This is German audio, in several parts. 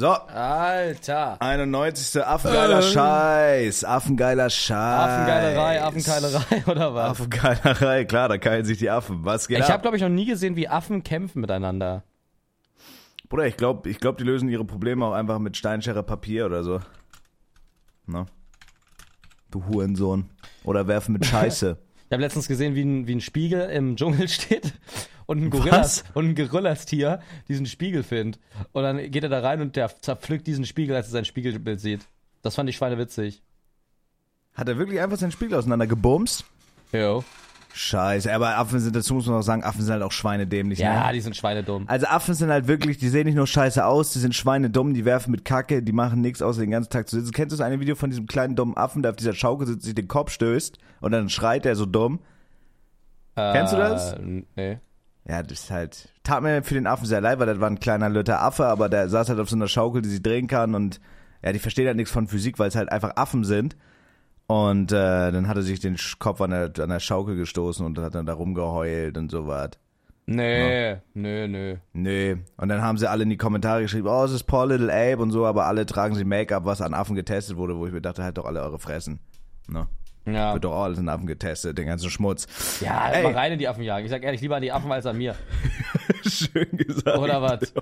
So. Alter. 91. Affengeiler Scheiß. Affengeiler Scheiß. Affenkeilerei oder was? Affengeilerei, klar, da keilen sich die Affen. Was geht ab? Ich habe, glaube ich, noch nie gesehen, wie Affen kämpfen miteinander. Bruder, ich glaub, die lösen ihre Probleme auch einfach mit Steinschere Papier oder so. Na? Du Hurensohn. Oder werfen mit Scheiße. Ich habe letztens gesehen, wie ein Spiegel im Dschungel steht und ein Gorillas-Tier diesen Spiegel findet. Und dann geht er da rein und der zerpflückt diesen Spiegel, als er sein Spiegelbild sieht. Das fand ich schweinewitzig. Hat er wirklich einfach seinen Spiegel auseinander gebumst? Jo. Scheiße, aber Affen sind, dazu muss man auch sagen, Affen sind halt auch schweinedämlich. Ja, ne? die sind schweinedumm. Also Affen sind halt wirklich, die sehen nicht nur scheiße aus, die sind schweinedumm, die werfen mit Kacke, die machen nichts außer den ganzen Tag zu sitzen. Kennst du das eine Video von diesem kleinen dummen Affen, der auf dieser Schaukel sitzt, sich den Kopf stößt und dann schreit er so dumm? Kennst du das? Nee. Ja, das ist halt, tat mir für den Affen sehr leid, weil das war ein kleiner lütter Affe, aber der saß halt auf so einer Schaukel, die sich drehen kann und ja, die verstehen halt nichts von Physik, weil es halt einfach Affen sind. Und dann hat er sich den Kopf an der Schaukel gestoßen und hat dann da rumgeheult und so was. Nee, ja. Nö. Und dann haben sie alle in die Kommentare geschrieben, oh, es ist Poor Little Ape und so, aber alle tragen sie Make-up, was an Affen getestet wurde, wo ich mir dachte, halt doch alle eure Fressen. Ne? Ja. Wird doch auch alles an Affen getestet, den ganzen Schmutz. Ja, mal rein in die Affenjagd. Ich sag ehrlich, lieber an die Affen als an mir. Schön gesagt. Oder was?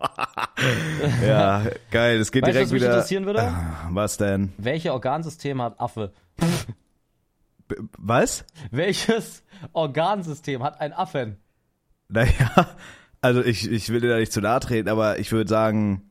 Ja, geil, es geht weißt direkt du, was mich wieder. interessieren würde? Was denn? Welche Organsysteme hat Affe? Was? Welches Organsystem hat ein Affen? Naja, also ich will dir da nicht zu nahe treten, aber ich würde sagen,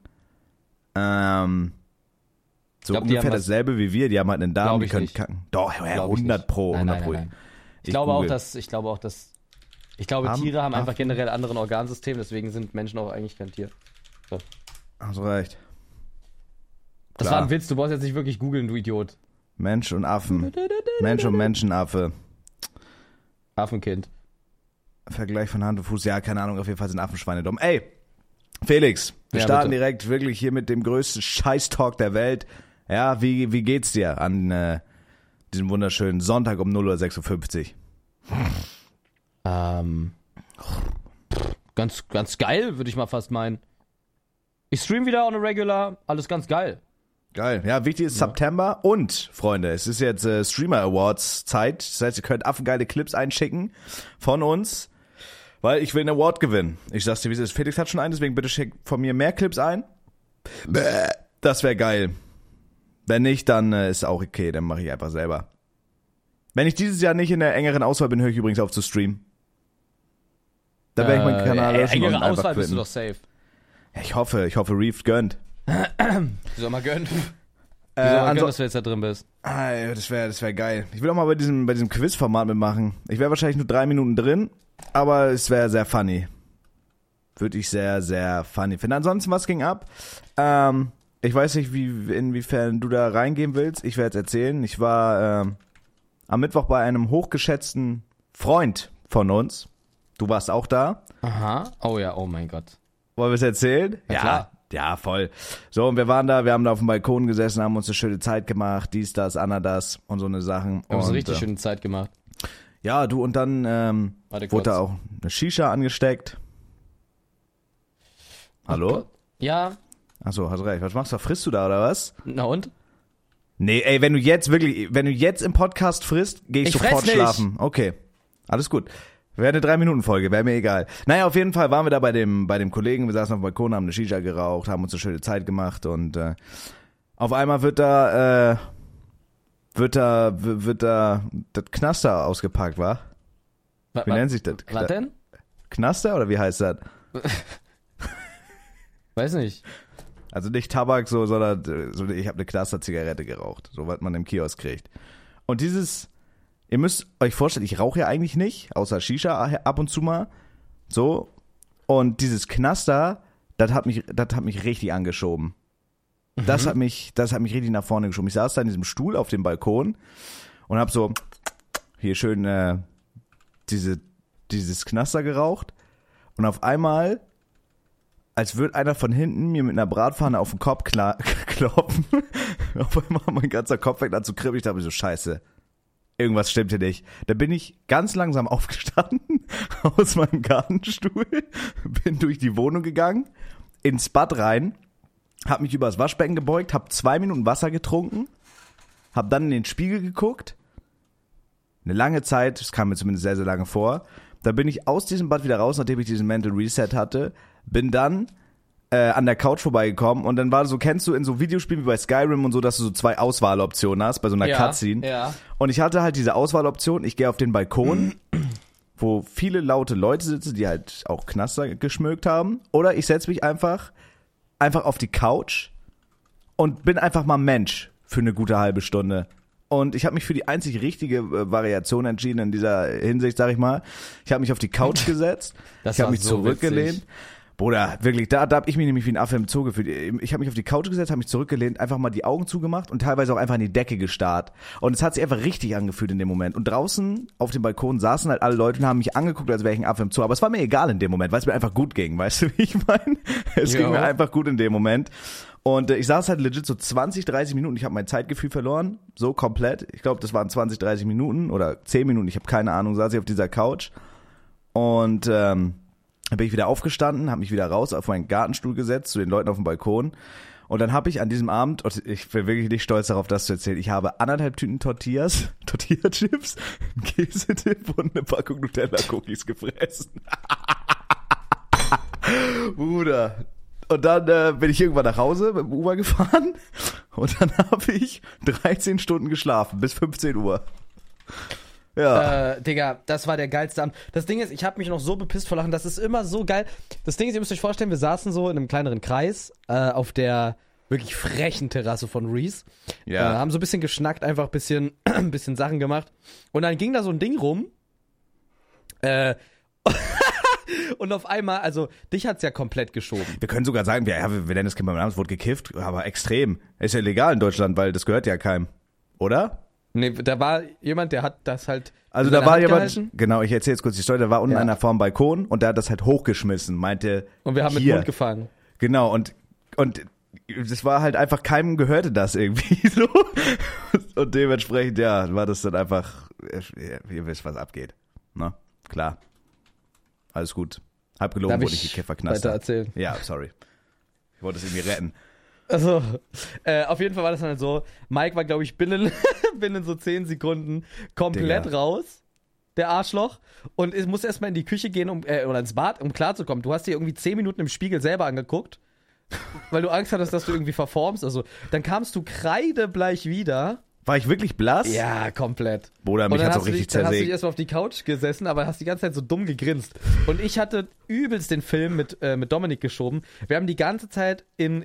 so glaub, ungefähr dasselbe wie wir. Die haben halt einen Darm, die können kacken. Doch, ja, 100 Pro, 100 Pro. Nein. Ich glaube auch, dass Tiere haben einfach generell anderen Organsystem, deswegen sind Menschen auch eigentlich kein Tier. So. Hast recht. Das Klar. war ein Witz, du brauchst jetzt nicht wirklich googeln, du Idiot. Mensch und Affen. Mensch und Menschenaffe. Affenkind. Vergleich von Hand und Fuß. Ja, keine Ahnung, auf jeden Fall sind Affenschweine dumm. Ey, Felix, wir starten direkt wirklich hier mit dem größten Scheiß-Talk der Welt. Ja, wie geht's dir an diesem wunderschönen Sonntag um 0:56 Uhr? Ganz geil, würde ich mal fast meinen. Ich stream wieder on a regular, alles ganz geil. Geil. Ja, wichtig ist September und, Freunde, es ist jetzt Streamer Awards Zeit. Das heißt, ihr könnt affengeile Clips einschicken von uns, weil ich will einen Award gewinnen. Ich sag's dir, wie es ist. Felix hat schon einen, deswegen bitte schick von mir mehr Clips ein. Das wäre geil. Wenn nicht, dann ist auch okay, dann mache ich einfach selber. Wenn ich dieses Jahr nicht in der engeren Auswahl bin, höre ich übrigens auf zu streamen. Dann werde ich meinen Kanal löschen und engere einfach Auswahl bist quitten. du doch safe. Ja, ich hoffe, Reef gönnt. Wie soll man gönnen? Wie soll man gönnen, dass du jetzt da drin bist? Das wär geil. Ich will auch mal bei diesem Quiz-Format mitmachen. Ich wäre wahrscheinlich nur 3 Minuten drin, aber es wäre sehr funny. Würde ich sehr, sehr funny finden. Ansonsten, was ging ab? Ich weiß nicht, inwiefern du da reingehen willst. Ich werde es erzählen. Ich war am Mittwoch bei einem hochgeschätzten Freund von uns. Du warst auch da. Aha. Oh ja, oh mein Gott. Wollen wir es erzählen? Ja, klar. Ja, voll. So, und wir waren da, wir haben da auf dem Balkon gesessen, haben uns eine schöne Zeit gemacht, dies, das, Anadas und so eine Sachen. Wir haben uns eine richtig schöne Zeit gemacht. Ja, du, und dann wurde da auch eine Shisha angesteckt. Hallo? Ja. Achso, hast recht. Was machst du? Frisst du da, oder was? Na und? Nee, ey, wenn du jetzt im Podcast frisst, gehe ich sofort schlafen. Okay, alles gut. Wäre eine 3-Minuten-Folge, wäre mir egal. Naja, auf jeden Fall waren wir da bei dem Kollegen, wir saßen auf dem Balkon, haben eine Shisha geraucht, haben uns eine schöne Zeit gemacht und auf einmal wird da das Knaster ausgepackt, wa? Wie nennt sich das? Was denn? Knaster oder wie heißt das? Weiß nicht. Also nicht Tabak so, sondern so, ich habe eine Knaster-Zigarette geraucht, so was man im Kiosk kriegt. Und ihr müsst euch vorstellen, ich rauche ja eigentlich nicht, außer Shisha ab und zu mal. So. Und dieses Knaster, das hat mich richtig angeschoben. Mhm. Das hat mich richtig nach vorne geschoben. Ich saß da in diesem Stuhl auf dem Balkon und hab so hier schön dieses Knaster geraucht. Und auf einmal, als würde einer von hinten mir mit einer Bratpfanne auf den Kopf klopfen, auf einmal mein ganzer Kopf fängt an zu kribbeln. Ich dachte mir so, scheiße. Irgendwas stimmt hier nicht. Da bin ich ganz langsam aufgestanden aus meinem Gartenstuhl, bin durch die Wohnung gegangen, ins Bad rein, hab mich übers Waschbecken gebeugt, hab 2 Minuten Wasser getrunken, hab dann in den Spiegel geguckt. Eine lange Zeit, das kam mir zumindest sehr, sehr lange vor. Da bin ich aus diesem Bad wieder raus, nachdem ich diesen Mental Reset hatte. Bin dann an der Couch vorbeigekommen und dann war so, kennst du in so Videospielen wie bei Skyrim und so, dass du so 2 Auswahloptionen hast bei so einer Cutscene. Ja. Und ich hatte halt diese Auswahloption, ich gehe auf den Balkon, wo viele laute Leute sitzen, die halt auch Knaster geschmückt haben. Oder ich setze mich einfach auf die Couch und bin einfach mal Mensch für eine gute halbe Stunde. Und ich habe mich für die einzig richtige Variation entschieden in dieser Hinsicht, sag ich mal. Ich habe mich auf die Couch gesetzt, ich habe mich so zurückgelehnt. Witzig. Bruder, wirklich, da hab ich mich nämlich wie ein Affe im Zoo gefühlt. Ich habe mich auf die Couch gesetzt, habe mich zurückgelehnt, einfach mal die Augen zugemacht und teilweise auch einfach in die Decke gestarrt. Und es hat sich einfach richtig angefühlt in dem Moment. Und draußen auf dem Balkon saßen halt alle Leute und haben mich angeguckt, als wäre ich ein Affe im Zoo. Aber es war mir egal in dem Moment, weil es mir einfach gut ging. Weißt du, wie ich meine? Es ging mir einfach gut in dem Moment. Und ich saß halt legit so 20, 30 Minuten. Ich habe mein Zeitgefühl verloren, so komplett. Ich glaube, das waren 20, 30 Minuten oder 10 Minuten. Ich habe keine Ahnung, saß ich auf dieser Couch. Und dann bin ich wieder aufgestanden, habe mich wieder raus auf meinen Gartenstuhl gesetzt, zu den Leuten auf dem Balkon. Und dann habe ich an diesem Abend, und ich bin wirklich nicht stolz darauf, das zu erzählen, ich habe 1,5 Tüten Tortilla-Chips, einen Käsedip und eine Packung Nutella-Cookies gefressen. Bruder. Und dann bin ich irgendwann nach Hause mit dem Uber gefahren und dann habe ich 13 Stunden geschlafen, bis 15 Uhr. Ja. Digga, das war der geilste Abend. Das Ding ist, ich habe mich noch so bepisst vor Lachen, das ist immer so geil. Das Ding ist, ihr müsst euch vorstellen, wir saßen so in einem kleineren Kreis auf der wirklich frechen Terrasse von Reese. Ja. Haben so ein bisschen geschnackt, einfach ein bisschen Sachen gemacht. Und dann ging da so ein Ding rum. Und auf einmal, also dich hat's ja komplett geschoben. Wir können sogar sagen, wir nennen das Kind beim Namen, es wurde gekifft, aber extrem. Ist ja legal in Deutschland, weil das gehört ja keinem. Oder? Nee, da war jemand, der hat das halt. Also da war jemand, genau, ich erzähle jetzt kurz die Story, der war unten einer vorm Balkon und der hat das halt hochgeschmissen, meinte. Und wir haben mit Mund gefangen. Genau, und das war halt einfach, keinem gehörte das irgendwie so. Und dementsprechend, ja, war das dann einfach, ihr wisst, was abgeht. Na, klar. Alles gut. Halb gelogen wurde ich die Käfer weiter erzählen? Ja, sorry. Ich wollte es irgendwie retten. Also, auf jeden Fall war das dann halt so, Mike war, glaube ich, binnen so 10 Sekunden komplett raus, der Arschloch, und es musste erstmal in die Küche gehen, oder ins Bad, um klarzukommen. Du hast dir irgendwie 10 Minuten im Spiegel selber angeguckt, weil du Angst hattest, dass du irgendwie verformst. Also, dann kamst du kreidebleich wieder. War ich wirklich blass? Ja, komplett. Bruder, mich hat's auch richtig zersägt. Dann hast du dich erstmal auf die Couch gesessen, aber hast die ganze Zeit so dumm gegrinst. Und ich hatte übelst den Film mit Dominik geschoben. Wir haben die ganze Zeit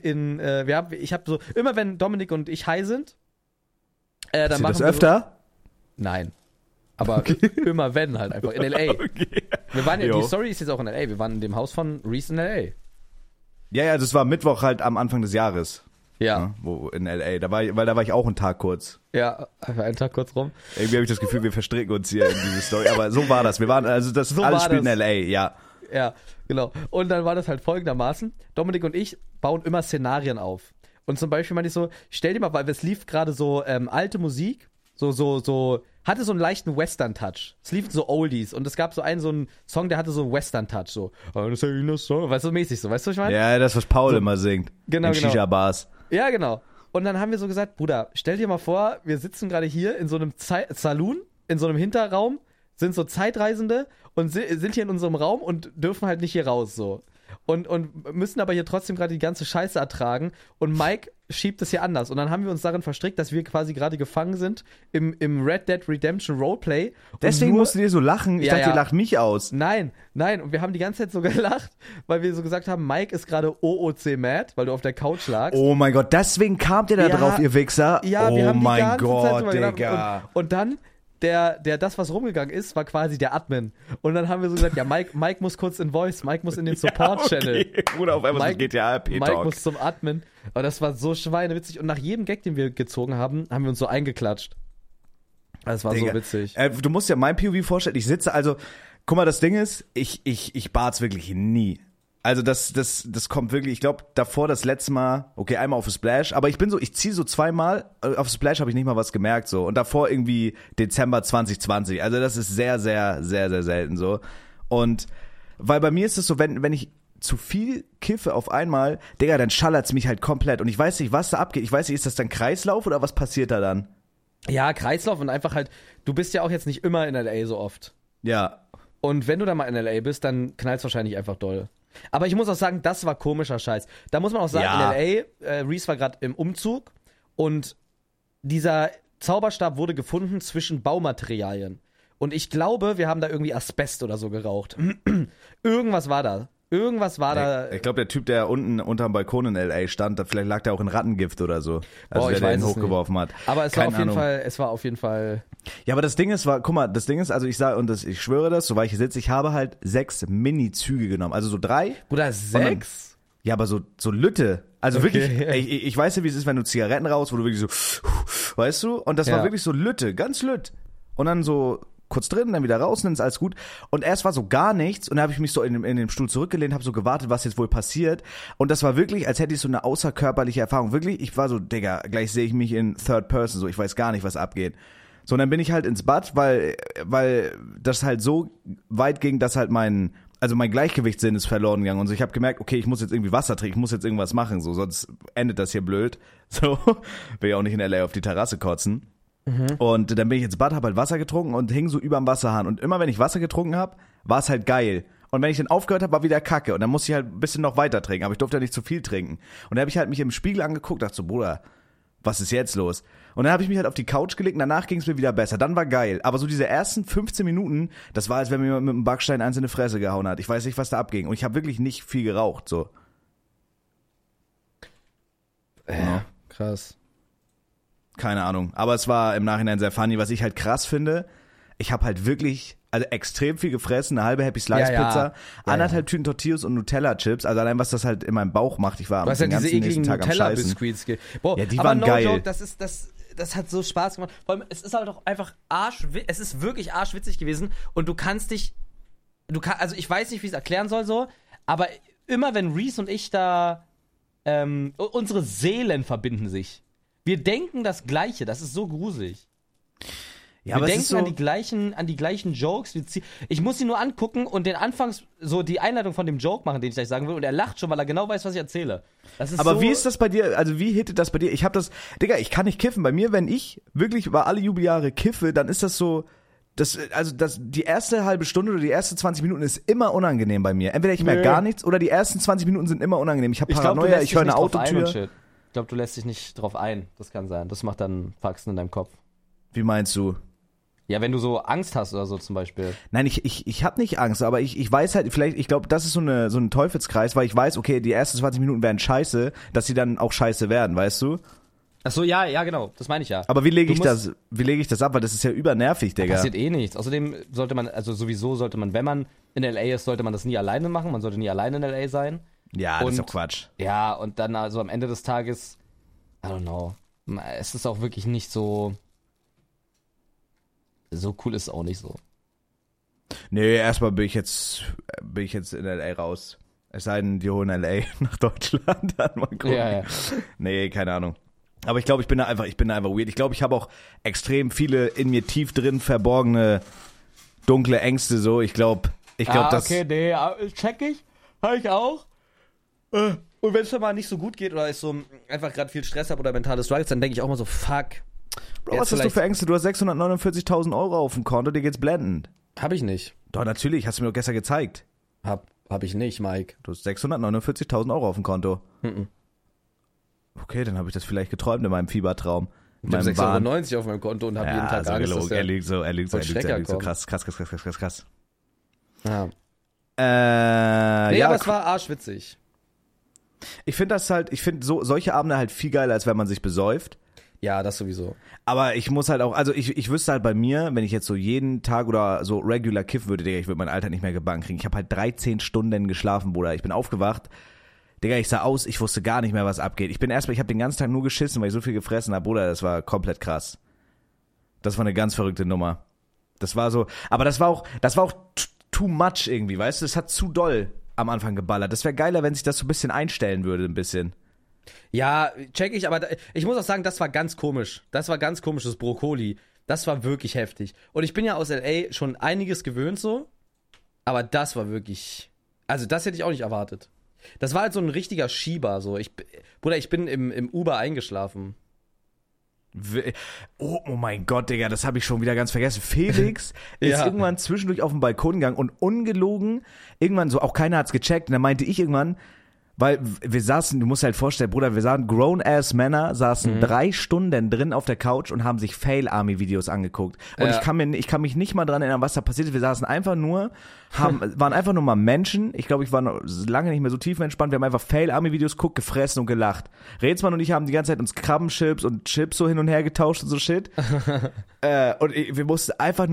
ich habe so, immer wenn Dominik und ich high sind, dann machen wir das öfter? So, nein. Aber immer wenn halt einfach. In L.A. Okay. Wir waren die Story ist jetzt auch in L.A. Wir waren in dem Haus von Reese in L.A. Ja, das war Mittwoch halt am Anfang des Jahres. Ja. Wo in L.A. Da war ich auch einen Tag kurz. Ja, einfach einen Tag kurz rum. Irgendwie habe ich das Gefühl, wir verstricken uns hier in diese Story. Aber so war das. Wir waren, also das so alles spielt in L.A., ja. Ja, genau. Und dann war das halt folgendermaßen. Dominik und ich bauen immer Szenarien auf. Und zum Beispiel meinte ich so, stell dir mal, weil es lief gerade so alte Musik, hatte so einen leichten Western-Touch. Es liefen so Oldies und es gab so einen Song, der hatte so einen Western-Touch, so. Weißt du, mäßig so, weißt du, was ich meine? Ja, das, was Paul immer singt. Genau, in Shisha-Bars. Ja, genau. Und dann haben wir so gesagt, Bruder, stell dir mal vor, wir sitzen gerade hier in so einem Saloon, in so einem Hinterraum, sind so Zeitreisende und sind hier in unserem Raum und dürfen halt nicht hier raus, so. Und müssen aber hier trotzdem gerade die ganze Scheiße ertragen. Und Mike schiebt es hier anders. Und dann haben wir uns darin verstrickt, dass wir quasi gerade gefangen sind im Red Dead Redemption Roleplay. Deswegen musstet ihr so lachen? Ich dachte, ihr lacht mich aus. Nein. Und wir haben die ganze Zeit so gelacht, weil wir so gesagt haben, Mike ist gerade OOC mad, weil du auf der Couch lagst. Oh mein Gott, deswegen kamt ihr da drauf, ihr Wichser? Ja, wir haben die ganze Zeit so Digga. Gelacht. Und dann das, was rumgegangen ist, war quasi der Admin. Und dann haben wir so gesagt, ja, Mike muss kurz in Voice, Mike muss in den Support-Channel. Ja, okay. Bruder, auf einmal GTA-RP-Talk. Mike muss zum Admin. Aber das war so schweinewitzig. Und nach jedem Gag, den wir gezogen haben, haben wir uns so eingeklatscht. Das war Digga, so witzig. Du musst ja mein POV vorstellen, ich sitze, also, guck mal, das Ding ist, ich bad's wirklich nie. Also das kommt wirklich, ich glaube, davor das letzte Mal, okay, einmal auf Splash, aber ich ziehe so zweimal, auf Splash habe ich nicht mal was gemerkt so und davor irgendwie Dezember 2020, also das ist sehr, sehr, sehr, sehr selten so und weil bei mir ist es so, wenn ich zu viel kiffe auf einmal, Digga, dann schallert's mich halt komplett. Und ich weiß nicht, was da abgeht. Ich weiß nicht, ist das dann Kreislauf oder was passiert da dann? Ja, Kreislauf und einfach halt, du bist ja auch jetzt nicht immer in L.A. so oft. Ja. Und wenn du da mal in L.A. bist, dann knallt's wahrscheinlich einfach doll. Aber ich muss auch sagen, das war komischer Scheiß. Da muss man auch sagen, Ja. in L.A., Reese war gerade im Umzug und dieser Zauberstab wurde gefunden zwischen Baumaterialien. Und ich glaube, wir haben da irgendwie Asbest oder so geraucht. Irgendwas war da. Ich glaube, der Typ, der unten unterm Balkon in L.A. stand, vielleicht lag der auch in Rattengift oder so. Also ich der weiß den es hochgeworfen hat. Aber es Keine Ahnung. war auf jeden Fall. Ja, aber das Ding ist, also ich sage, und ich schwöre das, so weil ich hier sitze, ich habe halt 6 Mini-Züge genommen. Also so 3. Bruder, 6? Ja, aber so Lütte. Also Okay. wirklich, ich weiß ja, wie es ist, wenn du Zigaretten rauchst, wo du wirklich so, weißt du? Und das war Ja. wirklich so Lütte, ganz Lütt. Und dann so kurz drin, dann wieder raus, dann ist alles gut. Und erst war so gar nichts und dann habe ich mich so in dem Stuhl zurückgelehnt, habe so gewartet, was jetzt wohl passiert. Und das war wirklich, als hätte ich so eine außerkörperliche Erfahrung. Wirklich, ich war so, Digga, gleich sehe ich mich in Third Person, so ich weiß gar nicht, was abgeht. So, und dann bin ich halt ins Bad, weil das halt so weit ging, dass halt mein Gleichgewichtssinn ist verloren gegangen und so. Ich habe gemerkt, okay, ich muss jetzt irgendwie Wasser trinken, ich muss jetzt irgendwas machen, so, sonst endet das hier blöd. So, will ja auch nicht in L.A. auf die Terrasse kotzen. Und dann bin ich ins Bad, habe halt Wasser getrunken und hing so überm Wasserhahn. Und immer wenn ich Wasser getrunken habe, war es halt geil. Und wenn ich dann aufgehört habe, war wieder Kacke. Und dann musste ich halt ein bisschen noch weiter trinken, aber ich durfte ja nicht zu viel trinken. Und dann habe ich halt mich im Spiegel angeguckt, dachte so, Bruder, was ist jetzt los? Und dann habe ich mich halt auf die Couch gelegt und danach ging es mir wieder besser. Dann war geil. Aber so diese ersten 15 Minuten, das war, als wenn mir jemand mit einem Backstein eins in die Fresse gehauen hat. Ich weiß nicht, was da abging. Und ich habe wirklich nicht viel geraucht, so. Ja. Krass. Keine Ahnung. Aber es war im Nachhinein sehr funny. Was ich halt krass finde, ich habe halt wirklich, also extrem viel gefressen, eine halbe Happy Slice Pizza, anderthalb Tüten Tortillas und Nutella-Chips. Also allein, was das halt in meinem Bauch macht. Ich war Was den ja diese ganzen nächsten ekligen Tag am Scheißen. Nutella-Biscuits gibt. Boah, Ja, die aber waren no geil. Joke, das hat so Spaß gemacht. Vor allem, es ist halt auch einfach es ist wirklich arschwitzig gewesen und also ich weiß nicht, wie ich es erklären soll so, aber immer wenn Reese und ich da, unsere Seelen verbinden sich. Wir denken das Gleiche, das ist so gruselig. Ja, wir aber denken es ist so, an die gleichen Jokes. Ich muss ihn nur angucken und die Einleitung von dem Joke machen, den ich gleich sagen will. Und er lacht schon, weil er genau weiß, was ich erzähle. Das ist aber so, wie ist das bei dir, also wie hittet das bei dir? Ich ich kann nicht kiffen. Bei mir, wenn ich wirklich über alle Jubeljahre kiffe, dann ist das so, die erste halbe Stunde oder die erste 20 Minuten ist immer unangenehm bei mir. Entweder ich merke gar nichts oder die ersten 20 Minuten sind immer unangenehm. Ich habe Paranoia, ich höre eine Autotür. Ich glaube, du lässt dich nicht drauf ein. Das kann sein. Das macht dann Faxen in deinem Kopf. Wie meinst du? Ja, wenn du so Angst hast oder so zum Beispiel. Nein, ich habe nicht Angst, aber ich weiß halt, ich glaube, das ist so ein Teufelskreis, weil ich weiß, okay, die ersten 20 Minuten werden scheiße, dass sie dann auch scheiße werden, weißt du? Ach so, ja, genau. Das meine ich ja. Aber wie lege ich das ab? Weil das ist ja übernervig, Digga. Passiert eh nichts. Außerdem sollte man, wenn man in L.A. ist, sollte man das nie alleine machen. Man sollte nie alleine in L.A. sein. Ja, das ist doch Quatsch. Ja, und dann also am Ende des Tages, I don't know, es ist auch wirklich nicht so cool ist es auch nicht so. Nee, erstmal bin ich jetzt in L.A. raus. Es sei denn, die holen L.A. nach Deutschland, dann mal gucken. Ja. Nee, keine Ahnung. Aber ich glaube, ich bin da einfach weird. Ich glaube, ich habe auch extrem viele in mir tief drin verborgene dunkle Ängste so. Ich glaube, das... Okay, nee, check ich. Hab ich auch. Und wenn es mir mal nicht so gut geht oder ich so einfach gerade viel Stress habe oder mentale Struggles, dann denke ich auch mal so, fuck. Bro, was hast du für Ängste? Du hast 649.000 € auf dem Konto, dir geht's blendend. Hab ich nicht. Doch, natürlich, hast du mir doch gestern gezeigt. Hab ich nicht, Mike. Du hast 649.000 € auf dem Konto. Okay, dann habe ich das vielleicht geträumt in meinem Fiebertraum. Ich habe 6,90 € auf meinem Konto und habe jeden Tag Angst, dass er liegt so. Krass. Ja. Ja, aber es war arschwitzig. Ich finde solche Abende halt viel geiler, als wenn man sich besäuft. Ja, das sowieso. Aber ich muss halt auch, also ich wüsste halt bei mir, wenn ich jetzt so jeden Tag oder so regular kiffen würde, Digga, ich würde mein Alter nicht mehr gebacken kriegen. Ich habe halt 13 Stunden geschlafen, Bruder. Ich bin aufgewacht. Digga, ich sah aus, ich wusste gar nicht mehr, was abgeht. Ich habe den ganzen Tag nur geschissen, weil ich so viel gefressen habe. Bruder, das war komplett krass. Das war eine ganz verrückte Nummer. Das war so, aber das war auch too much irgendwie, weißt du? Es hat zu doll am Anfang geballert. Das wäre geiler, wenn sich das so ein bisschen einstellen würde, ein bisschen. Ja, check ich, aber ich muss auch sagen, das war ganz komisch. Das war ganz komisch, das Brokkoli. Das war wirklich heftig. Und ich bin ja aus L.A. schon einiges gewöhnt so, aber das war wirklich Also das hätte ich auch nicht erwartet. Das war halt so ein richtiger Schieber. So. Bruder, ich bin im Uber eingeschlafen. Oh mein Gott, Digga, das habe ich schon wieder ganz vergessen. Felix ist irgendwann zwischendurch auf den Balkon gegangen und ungelogen, irgendwann so, auch keiner hat's gecheckt. Und dann meinte ich irgendwann, weil wir saßen, du musst dir halt vorstellen, Bruder, wir saßen Grown-Ass-Männer, saßen 3 Stunden drin auf der Couch und haben sich Fail-Army-Videos angeguckt. Und ich kann mich nicht mal dran erinnern, was da passiert ist. Wir saßen einfach nur, waren einfach nur mal Menschen. Ich glaube, ich war noch lange nicht mehr so tiefenentspannt. Wir haben einfach Fail-Army-Videos geguckt, gefressen und gelacht. Redesmann und ich haben die ganze Zeit uns Krabbenchips und Chips so hin und her getauscht und so Shit. Wir mussten einfach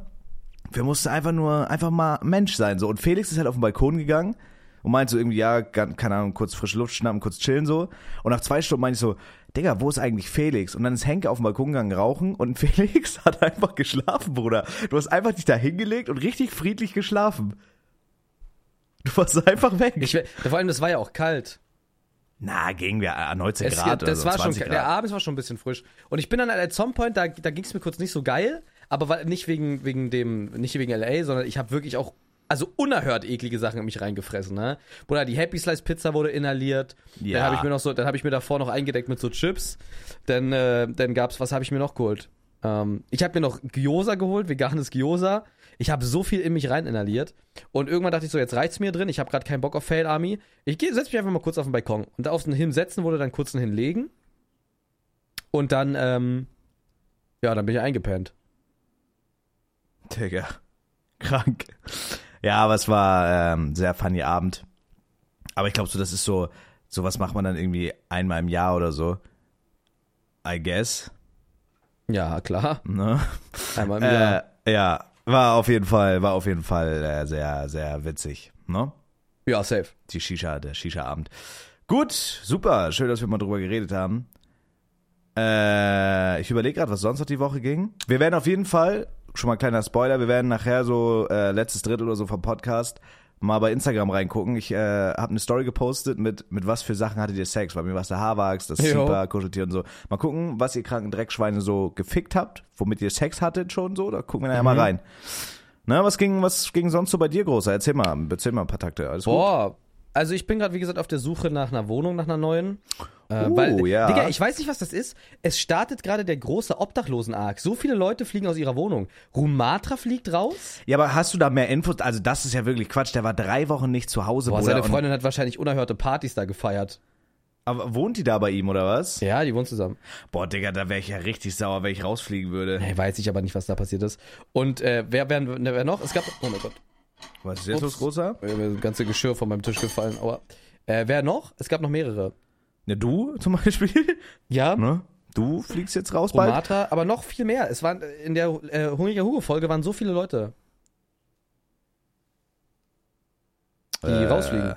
mal Mensch sein. So. Und Felix ist halt auf den Balkon gegangen. Und meinte so irgendwie, ja, keine Ahnung, kurz frische Luft schnappen, kurz chillen so. Und nach 2 Stunden meinte ich so, Digga, wo ist eigentlich Felix? Und dann ist Henke auf dem Balkon gegangen rauchen und Felix hat einfach geschlafen, Bruder. Du hast einfach dich da hingelegt und richtig friedlich geschlafen. Du warst einfach weg. Vor allem, das war ja auch kalt. Na, gingen wir 19 Grad oder so, war 20 schon, Grad. Der Abend war schon ein bisschen frisch. Und ich bin dann at some point, da ging es mir kurz nicht so geil, aber nicht wegen LA, sondern ich habe wirklich auch unerhört eklige Sachen in mich reingefressen, ne? Bruder, die Happy Slice Pizza wurde inhaliert. Ja. Dann habe ich mir davor noch eingedeckt mit so Chips. Dann gab's, was habe ich mir noch geholt? Ich habe mir noch Gyoza geholt, veganes Gyoza. Ich habe so viel in mich rein inhaliert. Und irgendwann dachte ich so, jetzt reicht's mir drin. Ich habe gerade keinen Bock auf Fail Army. Setz mich einfach mal kurz auf den Balkon. Und auf den Hinsetzen wurde dann kurz ein Hinlegen. Und dann, dann bin ich eingepennt. Digga. Krank. Ja, aber es war sehr funny Abend. Aber ich glaube so, das ist sowas macht man dann irgendwie einmal im Jahr oder so. I guess. Ja, klar. Ne? Einmal im Jahr. Ja, war auf jeden Fall sehr, sehr witzig. Ne? Ja, safe. Der Shisha-Abend. Gut, super. Schön, dass wir mal drüber geredet haben. Ich überlege gerade, was sonst noch die Woche ging. Wir werden auf jeden Fall, schon mal ein kleiner Spoiler, wir werden nachher so letztes Drittel oder so vom Podcast mal bei Instagram reingucken. Ich habe eine Story gepostet mit was für Sachen hattet ihr Sex. Bei mir war es der Haarwachs, das Super, Kuscheltier und so. Mal gucken, was ihr kranken Dreckschweine so gefickt habt, womit ihr Sex hattet schon so. Da gucken wir nachher mal rein. Na, was ging sonst so bei dir, Großer? Erzähl mal ein paar Takte. Alles gut? Also ich bin gerade, wie gesagt, auf der Suche nach einer Wohnung, nach einer neuen. Ja. Digga, ich weiß nicht, was das ist. Es startet gerade der große Obdachlosen-Arc. So viele Leute fliegen aus ihrer Wohnung. Rumatra fliegt raus. Ja, aber hast du da mehr Infos? Also das ist ja wirklich Quatsch. Der war 3 Wochen nicht zu Hause, Bruder. Seine Freundin hat wahrscheinlich unerhörte Partys da gefeiert. Aber wohnt die da bei ihm, oder was? Ja, die wohnen zusammen. Boah, Digga, da wäre ich ja richtig sauer, wenn ich rausfliegen würde. Nee, weiß ich aber nicht, was da passiert ist. Und wer noch? Es gab... Oh mein Gott. Was ist jetzt los, Großer? Mir ist das ganze Geschirr von meinem Tisch gefallen. Aber wer noch? Es gab noch mehrere. Ja, du zum Beispiel? Ja. Ne? Du fliegst jetzt raus bald? Romatra, aber noch viel mehr. Es waren in der Hungriger Hugo-Folge waren so viele Leute, die rausfliegen.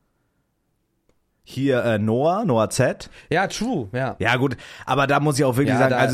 Hier Noah Z. Ja, true, ja. Ja, gut, aber da muss ich auch wirklich sagen,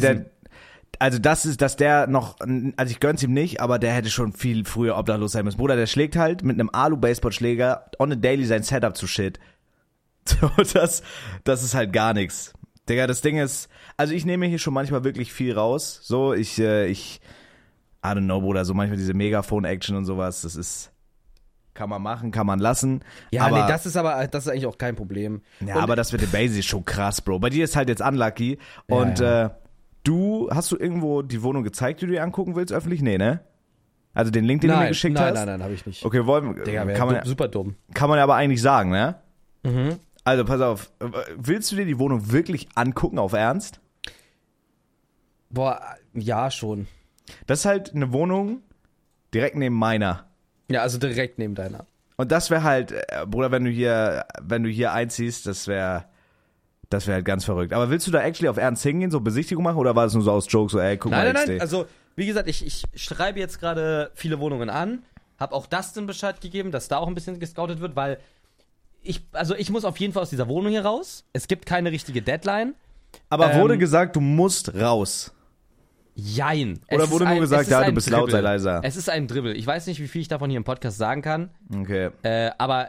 dass der noch, also ich gönn's ihm nicht, aber der hätte schon viel früher obdachlos sein müssen. Bruder, der schlägt halt mit einem Alu-Baseballschläger on a daily sein Setup zu Shit. So, das ist halt gar nichts. Digga, das Ding ist, also ich nehme hier schon manchmal wirklich viel raus. So, I don't know, Bruder, so manchmal diese Megafon-Action und sowas, das ist, kann man machen, kann man lassen. Ja, aber, nee, das ist eigentlich auch kein Problem. Ja, aber das mit dem Basic ist schon krass, Bro. Bei dir ist halt jetzt unlucky und, hast du irgendwo die Wohnung gezeigt, die du dir angucken willst, öffentlich? Nee, ne? Also den Link, den du mir geschickt hast? Nein, habe ich nicht. Okay, Digga, super dumm. Kann man aber eigentlich sagen, ne? Mhm. Also, pass auf. Willst du dir die Wohnung wirklich angucken, auf Ernst? Boah, ja, schon. Das ist halt eine Wohnung direkt neben meiner. Ja, also direkt neben deiner. Und das wäre halt, Bruder, wenn du hier einziehst, das wäre halt ganz verrückt. Aber willst du da actually auf Ernst hingehen, so Besichtigung machen, oder war das nur so aus Joke, so guck mal, Nein, also, wie gesagt, ich schreibe jetzt gerade viele Wohnungen an, hab auch Dustin Bescheid gegeben, dass da auch ein bisschen gescoutet wird, weil ich muss auf jeden Fall aus dieser Wohnung hier raus. Es gibt keine richtige Deadline. Aber wurde gesagt, du musst raus? Jein. Oder wurde nur gesagt, ja, du bist laut, sei leiser? Es ist ein Dribbel. Ich weiß nicht, wie viel ich davon hier im Podcast sagen kann. Okay. Aber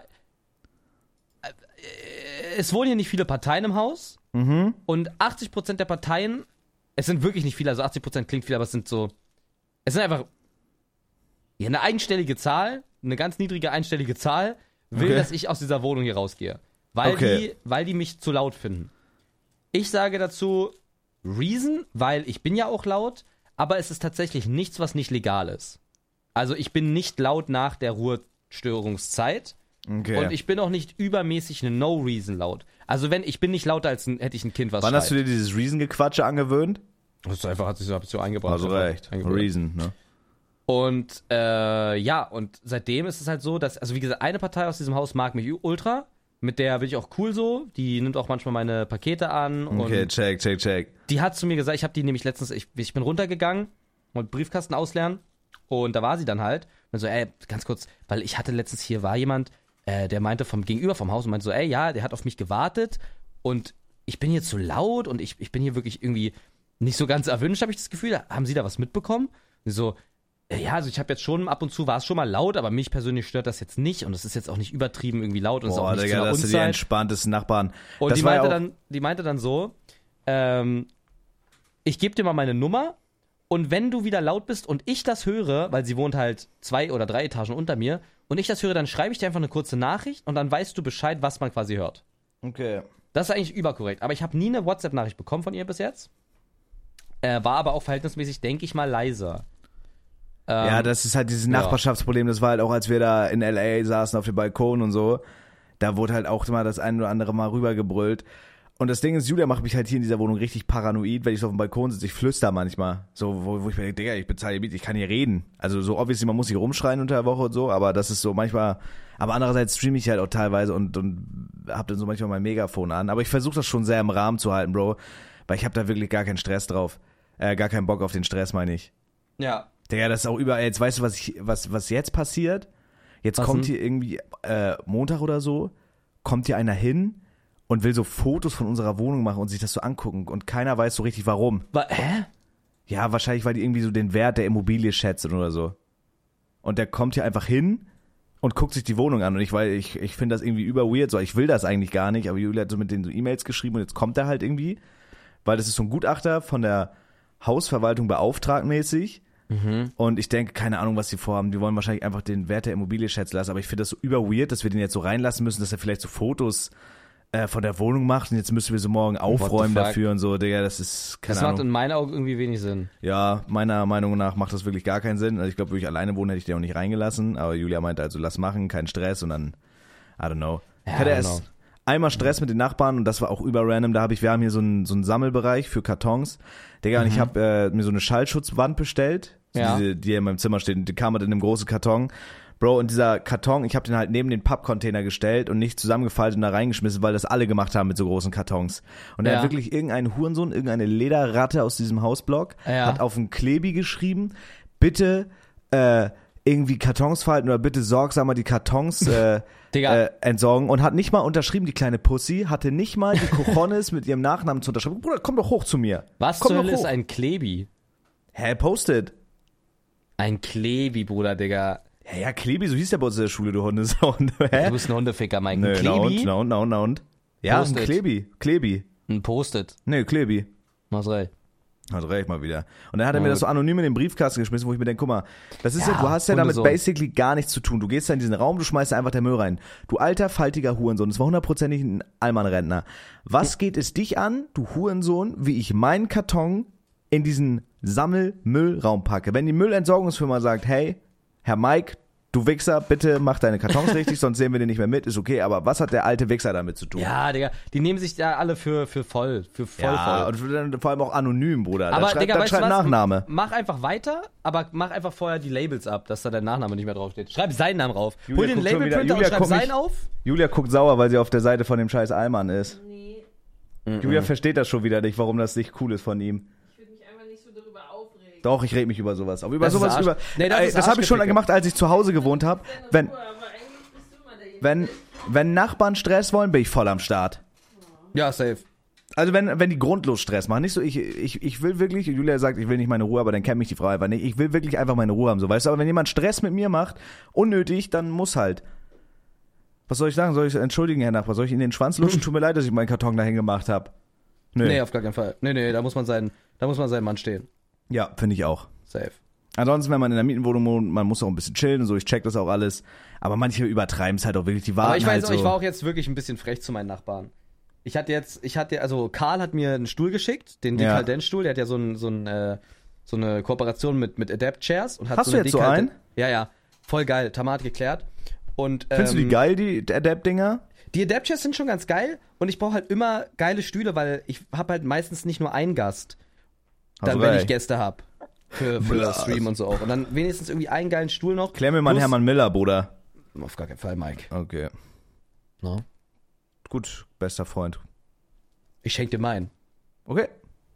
es wohnen hier nicht viele Parteien im Haus. Mhm. Und 80% der Parteien, es sind wirklich nicht viele, also 80% klingt viel, aber es sind einfach eine eigenstellige Zahl, eine ganz niedrige einstellige Zahl will, dass ich aus dieser Wohnung hier rausgehe. Weil die mich zu laut finden. Ich sage dazu Reason, weil ich bin ja auch laut, aber es ist tatsächlich nichts, was nicht legal ist. Also ich bin nicht laut nach der Ruhestörungszeit und ich bin auch nicht übermäßig eine No-Reason laut. Also ich bin nicht lauter, als hätte ich ein Kind, was Wann schreit. hast du dir dieses Reason-Gequatsche angewöhnt? Das ist einfach, hab ich so eingebracht. Also recht. Reason, ne? Und und seitdem ist es halt so, dass, also wie gesagt, eine Partei aus diesem Haus mag mich ultra, mit der bin ich auch cool so, die nimmt auch manchmal meine Pakete an. Okay, und check. Die hat zu mir gesagt, ich habe die nämlich letztens, ich bin runtergegangen und Briefkasten ausleeren und da war sie dann halt und so, ganz kurz, weil ich hatte letztens hier, war jemand, der meinte gegenüber vom Haus und meinte so, der hat auf mich gewartet und ich bin hier zu laut und ich bin hier wirklich irgendwie nicht so ganz erwünscht, habe ich das Gefühl. Haben Sie da was mitbekommen? Und so, also ich habe jetzt schon ab und zu, war es schon mal laut, aber mich persönlich stört das jetzt nicht und es ist jetzt auch nicht übertrieben irgendwie laut und es ist auch nicht Digga, zu einer das sind die Unzeit. entspanntesten Nachbarn. Und das die meinte dann so, ich gebe dir mal meine Nummer und wenn du wieder laut bist und ich das höre, weil sie wohnt halt 2 oder 3 Etagen unter mir und ich das höre, dann schreibe ich dir einfach eine kurze Nachricht und dann weißt du Bescheid, was man quasi hört. Okay. Das ist eigentlich überkorrekt, aber ich habe nie eine WhatsApp-Nachricht bekommen von ihr bis jetzt. War aber auch verhältnismäßig, denke ich mal, leiser. Ja, das ist halt dieses Nachbarschaftsproblem. Das war halt auch, als wir da in L.A. saßen auf dem Balkon und so. Da wurde halt auch immer das ein oder andere Mal rübergebrüllt. Und das Ding ist, Julia macht mich halt hier in dieser Wohnung richtig paranoid, wenn ich so auf dem Balkon sitze. Ich flüster manchmal. So, wo ich mir denke, Digga, ich bezahle Miete, ich kann hier reden. Also so obviously, man muss hier rumschreien unter der Woche und so, aber das ist so manchmal. Aber andererseits streame ich halt auch teilweise und hab dann so manchmal mein Megafon an. Aber ich versuche das schon sehr im Rahmen zu halten, Bro. Weil ich habe da wirklich gar keinen Stress drauf. Gar keinen Bock auf den Stress, meine ich. Ja. Digga, das ist auch überall. Jetzt weißt du, was jetzt passiert? Jetzt kommt hier irgendwie Montag oder so, kommt hier einer hin und will so Fotos von unserer Wohnung machen und sich das so angucken und keiner weiß so richtig warum. Hä? Ja, wahrscheinlich, weil die irgendwie so den Wert der Immobilie schätzen oder so. Und der kommt hier einfach hin und guckt sich die Wohnung an und ich finde das irgendwie weird, so ich will das eigentlich gar nicht, aber Julia hat so mit denen so E-Mails geschrieben und jetzt kommt er halt irgendwie, weil das ist so ein Gutachter von der Hausverwaltung beauftragt mäßig. Und ich denke, keine Ahnung, was die vorhaben. Die wollen wahrscheinlich einfach den Wert der Immobilie schätzen lassen. Aber ich finde das so weird, dass wir den jetzt so reinlassen müssen, dass er vielleicht so Fotos von der Wohnung macht. Und jetzt müssen wir so morgen aufräumen dafür und so. Digga, das ist keine Ahnung. Das macht in meinen Augen irgendwie wenig Sinn. Ja, meiner Meinung nach macht das wirklich gar keinen Sinn. Also ich glaube, würde ich alleine wohnen, hätte ich den auch nicht reingelassen. Aber Julia meinte also, lass machen, kein Stress. Und dann, I don't know. Ja, Ich hatte erst einmal Stress mit den Nachbarn und das war auch random. Wir haben hier so einen Sammelbereich für Kartons. Digga, und ich habe mir so eine Schallschutzwand bestellt. Ja. Die hier in meinem Zimmer steht. Die kam halt in einem großen Karton. Bro, und dieser Karton, ich habe den halt neben den Pappcontainer gestellt und nicht zusammengefaltet und da reingeschmissen, weil das alle gemacht haben mit so großen Kartons. Und da hat wirklich irgendein Hurensohn, irgendeine Lederratte aus diesem Hausblock, hat auf einen Klebi geschrieben, bitte irgendwie Kartons falten oder bitte sorgsamer die Kartons entsorgen und hat nicht mal unterschrieben, die kleine Pussy, hatte nicht mal die Cojones mit ihrem Nachnamen zu unterschreiben. Bruder, komm doch hoch zu mir. Was zur Hölle ist ein Klebi? Hä, posted. Ein Klebi, Bruder, Digga. Ja, Klebi, so hieß der bei uns in der Schule, du Hundesau. Du bist ein Hundeficker, Mike. Nö, Ein Klebi? Na und. Ja, ein Klebi. Ein Post-it. Nee, Klebi. Hast recht. Hat recht mal wieder. Und dann hat er mir das so anonym in den Briefkasten geschmissen, wo ich mir denke, guck mal, das ist ja du hast ja damit basically gar nichts zu tun. Du gehst da in diesen Raum, du schmeißt da einfach den Müll rein. Du alter, faltiger Hurensohn. Das war 100%ig ein Allmann-Rentner. Was geht es dich an, du Hurensohn, wie ich meinen Karton in diesen Sammelmüllraum packe? Wenn die Müllentsorgungsfirma sagt, hey, Herr Mike, du Wichser, bitte mach deine Kartons richtig, sonst sehen wir den nicht mehr mit, ist okay, aber was hat der alte Wichser damit zu tun? Ja, Digga, die nehmen sich da alle für voll. Ja, und vor allem auch anonym, Bruder. Aber dann Digga, weißt du was? Nachname. Mach einfach weiter, aber mach einfach vorher die Labels ab, dass da dein Nachname nicht mehr draufsteht. Schreib seinen Namen drauf. Hol den Labelprinter und schreib seinen auf. Julia guckt sauer, weil sie auf der Seite von dem scheiß Allmann ist. Nee, Julia versteht das schon wieder nicht, warum das nicht cool ist von ihm. ich würde mich einfach nicht so darüber aufregen. Doch, ich reg mich über sowas. Aber über Das ist sowas, Nee, das habe ich schon gemacht, als ich zu Hause gewohnt habe. Wenn Aber eigentlich bist du immer derjenige. wenn Nachbarn Stress wollen, bin ich voll am Start. Ja, safe. Also wenn die grundlos Stress machen, nicht so, ich will wirklich, Julia sagt, ich will nicht meine Ruhe, aber dann kennt mich die Frau einfach nicht. Ich will wirklich einfach meine Ruhe haben, so, weißt du, aber wenn jemand Stress mit mir macht, unnötig, dann muss halt. Was soll ich sagen? Soll ich entschuldigen, Herr Nachbar? Soll ich Ihnen den Schwanz luschen? Tut mir leid, dass ich meinen Karton dahin gemacht habe. Nee, auf gar keinen Fall. Nee, da muss man seinen Mann stehen. Ja, finde ich auch. Safe. Ansonsten, wenn man in der Mietenwohnung wohnt, man muss auch ein bisschen chillen und so, ich check das auch alles. Aber manche übertreiben es halt auch wirklich, die warten Aber ich weiß halt auch, so. ich war auch jetzt wirklich ein bisschen frech zu meinen Nachbarn. Also Karl hat mir einen Stuhl geschickt, den Dekadent-Stuhl, der hat ja so eine Kooperation mit Adapt Chairs. Und hat Hast so du eine jetzt so einen? Ja, voll geil, Tamat geklärt. Und, Findest du die geil, die Adapt-Dinger? Die Adapt Chairs sind schon ganz geil und ich brauche halt immer geile Stühle, weil ich habe halt meistens nicht nur einen Gast, dann wenn ich Gäste habe. Für Stream und so auch. Und dann wenigstens irgendwie einen geilen Stuhl noch. Klär mir mal einen Hermann Miller, Bruder. Auf gar keinen Fall, Mike. Okay. No? Gut, bester Freund. Ich schenke dir meinen. Okay.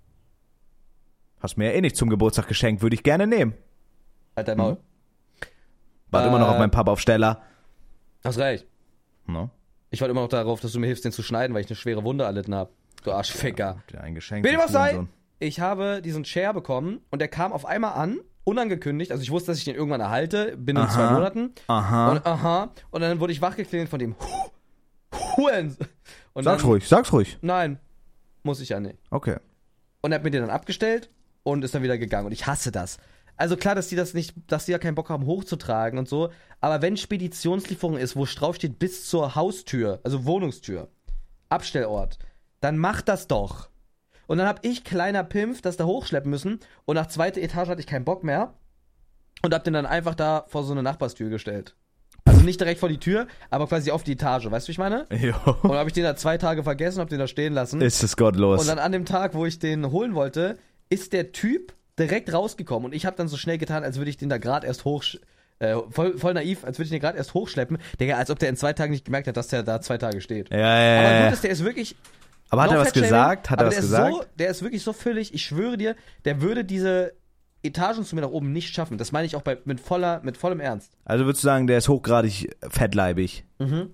Hast mir ja eh nicht zum Geburtstag geschenkt, würde ich gerne nehmen. Halt dein Maul. Warte immer noch auf meinen Pappaufsteller. Hast recht. No? Ich warte immer noch darauf, dass du mir hilfst, den zu schneiden, weil ich eine schwere Wunde erlitten habe. Du Arschficker. Dir ein Geschenk. Will dir was sein? Ich habe diesen Chair bekommen und der kam auf einmal an, unangekündigt. Also ich wusste, dass ich den irgendwann erhalte, binnen 2 Monaten. Und dann wurde ich wachgeklingelt von dem Huren. Sag's ruhig. Nein, muss ich ja nicht. Okay. Und er hat mir den dann abgestellt und ist dann wieder gegangen. Und ich hasse das. Also klar, dass die ja keinen Bock haben, hochzutragen und so. Aber wenn Speditionslieferung ist, wo drauf steht bis zur Haustür, also Wohnungstür, Abstellort, dann macht das doch. Und dann hab ich, kleiner Pimpf, das da hochschleppen müssen. Und nach 2. Etage hatte ich keinen Bock mehr. Und hab den dann einfach da vor so eine Nachbarstür gestellt. Also nicht direkt vor die Tür, aber quasi auf die Etage. Weißt du, wie ich meine? Jo. Und dann hab ich den da 2 Tage vergessen, hab den da stehen lassen. Ist es gottlos. Und dann an dem Tag, wo ich den holen wollte, ist der Typ direkt rausgekommen. Und ich habe dann so schnell getan, als würde ich den da gerade erst voll naiv, als würde ich den gerade erst hochschleppen. Digga, als ob der in 2 Tagen nicht gemerkt hat, dass der da 2 Tage steht. Ja. Aber gut ist, der ist wirklich... Aber hat er was gesagt? Der ist wirklich so füllig, ich schwöre dir, der würde diese Etagen zu mir nach oben nicht schaffen. Das meine ich auch mit vollem Ernst. Also würdest du sagen, der ist hochgradig fettleibig? Mhm.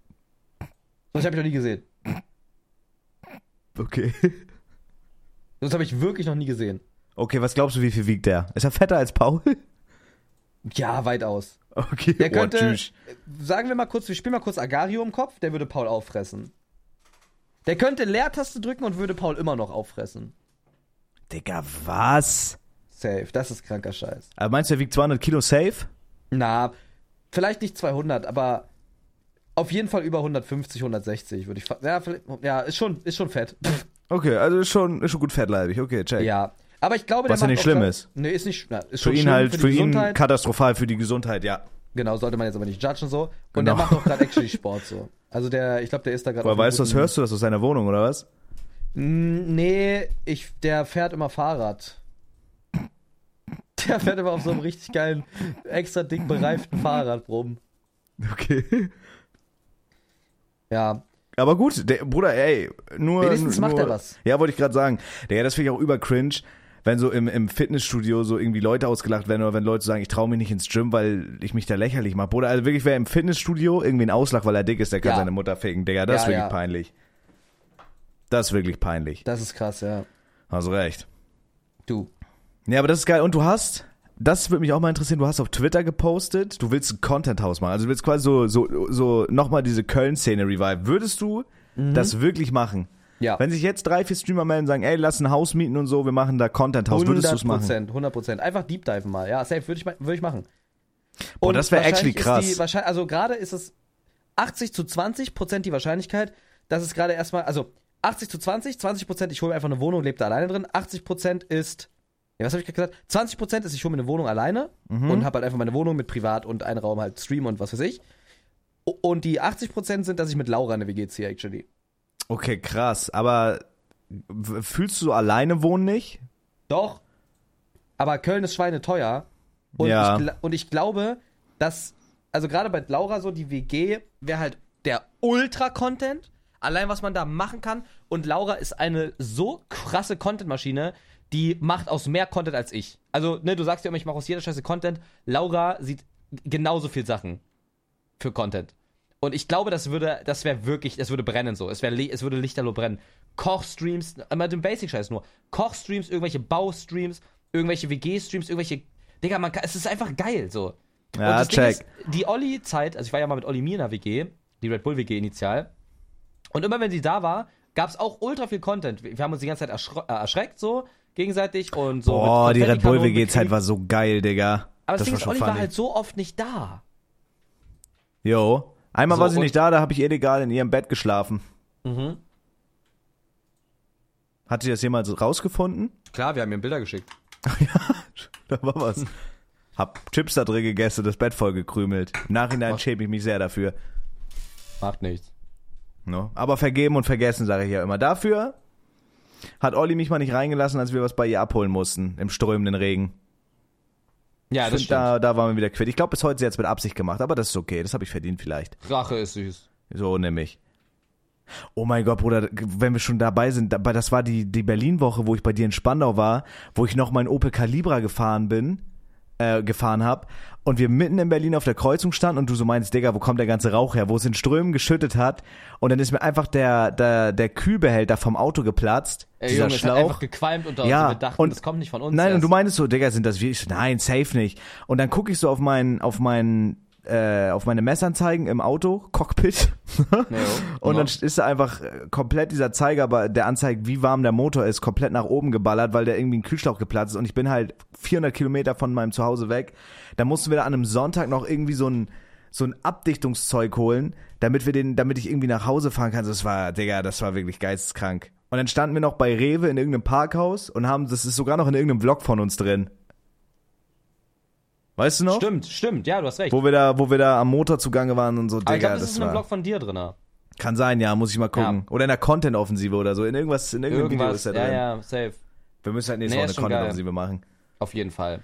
Das habe ich noch nie gesehen. Okay. Das habe ich wirklich noch nie gesehen. Okay, was glaubst du, wie viel wiegt der? Ist er fetter als Paul? Ja, weitaus. Okay, Der könnte, sagen wir mal kurz, wir spielen mal kurz Agario im Kopf, der würde Paul auffressen. Der könnte Leertaste drücken und würde Paul immer noch auffressen. Digga, was? Safe, das ist kranker Scheiß. Aber meinst du, er wiegt 200 Kilo safe? Na, vielleicht nicht 200, aber auf jeden Fall über 150, 160 würde ich ist schon fett. Okay, also ist schon gut fettleibig. Okay, check. Ja, aber ich glaube, was ja nicht schlimm ist. Nee, ist nicht, ist für schon ihn schlimm halt, für ihn Gesundheit. katastrophal für die Gesundheit, ja. Genau, sollte man jetzt aber nicht judgen so. Und Genau. der macht auch gerade actually Sport so. Also ich glaube, der ist da gerade. Woher weißt du das? Hörst du das aus seiner Wohnung, oder was? Nee, der fährt immer Fahrrad. Der fährt immer auf so einem richtig geilen, extra dick bereiften Fahrrad rum. Okay. Ja. Aber gut, Bruder, ey, Wenigstens macht er was. Ja, wollte ich gerade sagen. Digga, das finde ich auch übercringe, wenn so im Fitnessstudio so irgendwie Leute ausgelacht werden oder wenn Leute sagen, ich traue mich nicht ins Gym, weil ich mich da lächerlich mache. Bruder, also wirklich, wer im Fitnessstudio irgendwie einen auslacht, weil er dick ist, der kann seine Mutter ficken. Digga, das ist wirklich peinlich. Das ist wirklich peinlich. Das ist krass, ja. Hast recht. Du. Ja, aber das ist geil. Und das würde mich auch mal interessieren, du hast auf Twitter gepostet, du willst ein Content-Haus machen. Also du willst quasi so nochmal diese Köln-Szene revive. Würdest du das wirklich machen? Ja. Wenn sich jetzt 3, 4 Streamer melden und sagen, ey, lass ein Haus mieten und so, wir machen da Content-Haus, würdest du es machen? 100%. Einfach Deep Diven mal. Ja, safe, würde ich machen. Boah, das wäre actually krass. Also gerade ist es 80-20% die Wahrscheinlichkeit, dass es gerade erstmal, also 80-20% ich hole mir einfach eine Wohnung, lebe da alleine drin, 80% ist, ja, was habe ich gerade gesagt? 20% ist, ich hole mir eine Wohnung alleine und habe halt einfach meine Wohnung mit Privat und einen Raum halt Stream und was weiß ich. Und die 80% sind, dass ich mit Laura eine WG ziehe, actually. Okay, krass. Aber fühlst du so alleine wohnen nicht? Doch. Aber Köln ist schweineteuer. Und, und ich glaube, dass, also gerade bei Laura so, die WG wäre halt der Ultra-Content. Allein, was man da machen kann. Und Laura ist eine so krasse Content-Maschine, die macht aus mehr Content als ich. Also, ne, du sagst ja immer, ich mache aus jeder Scheiße Content. Laura sieht genauso viel Sachen für Content. Und ich glaube, das würde brennen so. Es würde lichterloh brennen. Kochstreams, immer den Basic-Scheiß nur. Kochstreams, irgendwelche Baustreams, irgendwelche WG-Streams, irgendwelche, Digga, es ist einfach geil so. Ja, und das check. Ding ist, die Olli-Zeit, also ich war ja mal mit Olli Mir in der WG, die Red Bull WG initial. Und immer wenn sie da war, gab es auch ultra viel Content. Wir haben uns die ganze Zeit erschreckt so, gegenseitig und so. Boah, die Red Bull Konfettikanonen WG-Zeit bekriegt. war so geil, Digga. Aber das Ding war ist, schon Olli war funny. halt so oft nicht da. Jo. Einmal So, war sie und- nicht da habe ich illegal in ihrem Bett geschlafen. Mhm. Hat sie das jemals rausgefunden? Klar, wir haben ihr Bilder geschickt. Da war was. Hab Chips da drin gegessen, das Bett voll gekrümelt. Im Nachhinein schäme ich mich sehr dafür. Macht nichts. No? Aber vergeben und vergessen, sage ich ja immer. Dafür hat Olli mich mal nicht reingelassen, als wir was bei ihr abholen mussten, im strömenden Regen. Ja, Ich das find, stimmt. da waren wir wieder quitt. Ich glaube, bis heute sie jetzt mit Absicht gemacht, aber das ist okay, das habe ich verdient vielleicht. Rache ist süß. So nämlich. Oh mein Gott, Bruder, wenn wir schon dabei sind, das war die Berlin-Woche, wo ich bei dir in Spandau war, wo ich noch meinen Opel Calibra gefahren habe und wir mitten in Berlin auf der Kreuzung standen und du so meinst, Digga, wo kommt der ganze Rauch her, wo es in Strömen geschüttet hat und dann ist mir einfach der Kühlbehälter vom Auto geplatzt, Ey, dieser Junge, es hat Schlauch. einfach gequalmt unter uns Ja, und wir dachten, und- das kommt nicht von uns. Nein, und erst. du meinst so, Digga, sind das wir? Ich so, nein, safe nicht. Und dann gucke ich so auf meine Messanzeigen im Auto, Cockpit. Ja, Und genau. dann ist da einfach komplett dieser Zeiger, der anzeigt, wie warm der Motor ist, komplett nach oben geballert, weil der irgendwie ein Kühlschlauch geplatzt ist. Und ich bin halt 400 Kilometer von meinem Zuhause weg. Da mussten wir da an einem Sonntag noch irgendwie so ein Abdichtungszeug holen, damit ich irgendwie nach Hause fahren kann. Das war wirklich geisteskrank. Und dann standen wir noch bei Rewe in irgendeinem Parkhaus und das ist sogar noch in irgendeinem Vlog von uns drin. Weißt du noch? Stimmt, ja, du hast recht. Wo wir da am Motor zugange waren und so, Aber ich Digga, glaube, das ist in einem war... Blog von dir drin. Kann sein, ja, muss ich mal gucken. Ja. Oder in der Content-Offensive oder so. In irgendeinem Video ist er drin. ja, safe. Wir müssen halt nächstes Nee, Mal eine ist schon geil. Content-Offensive machen. Auf jeden Fall.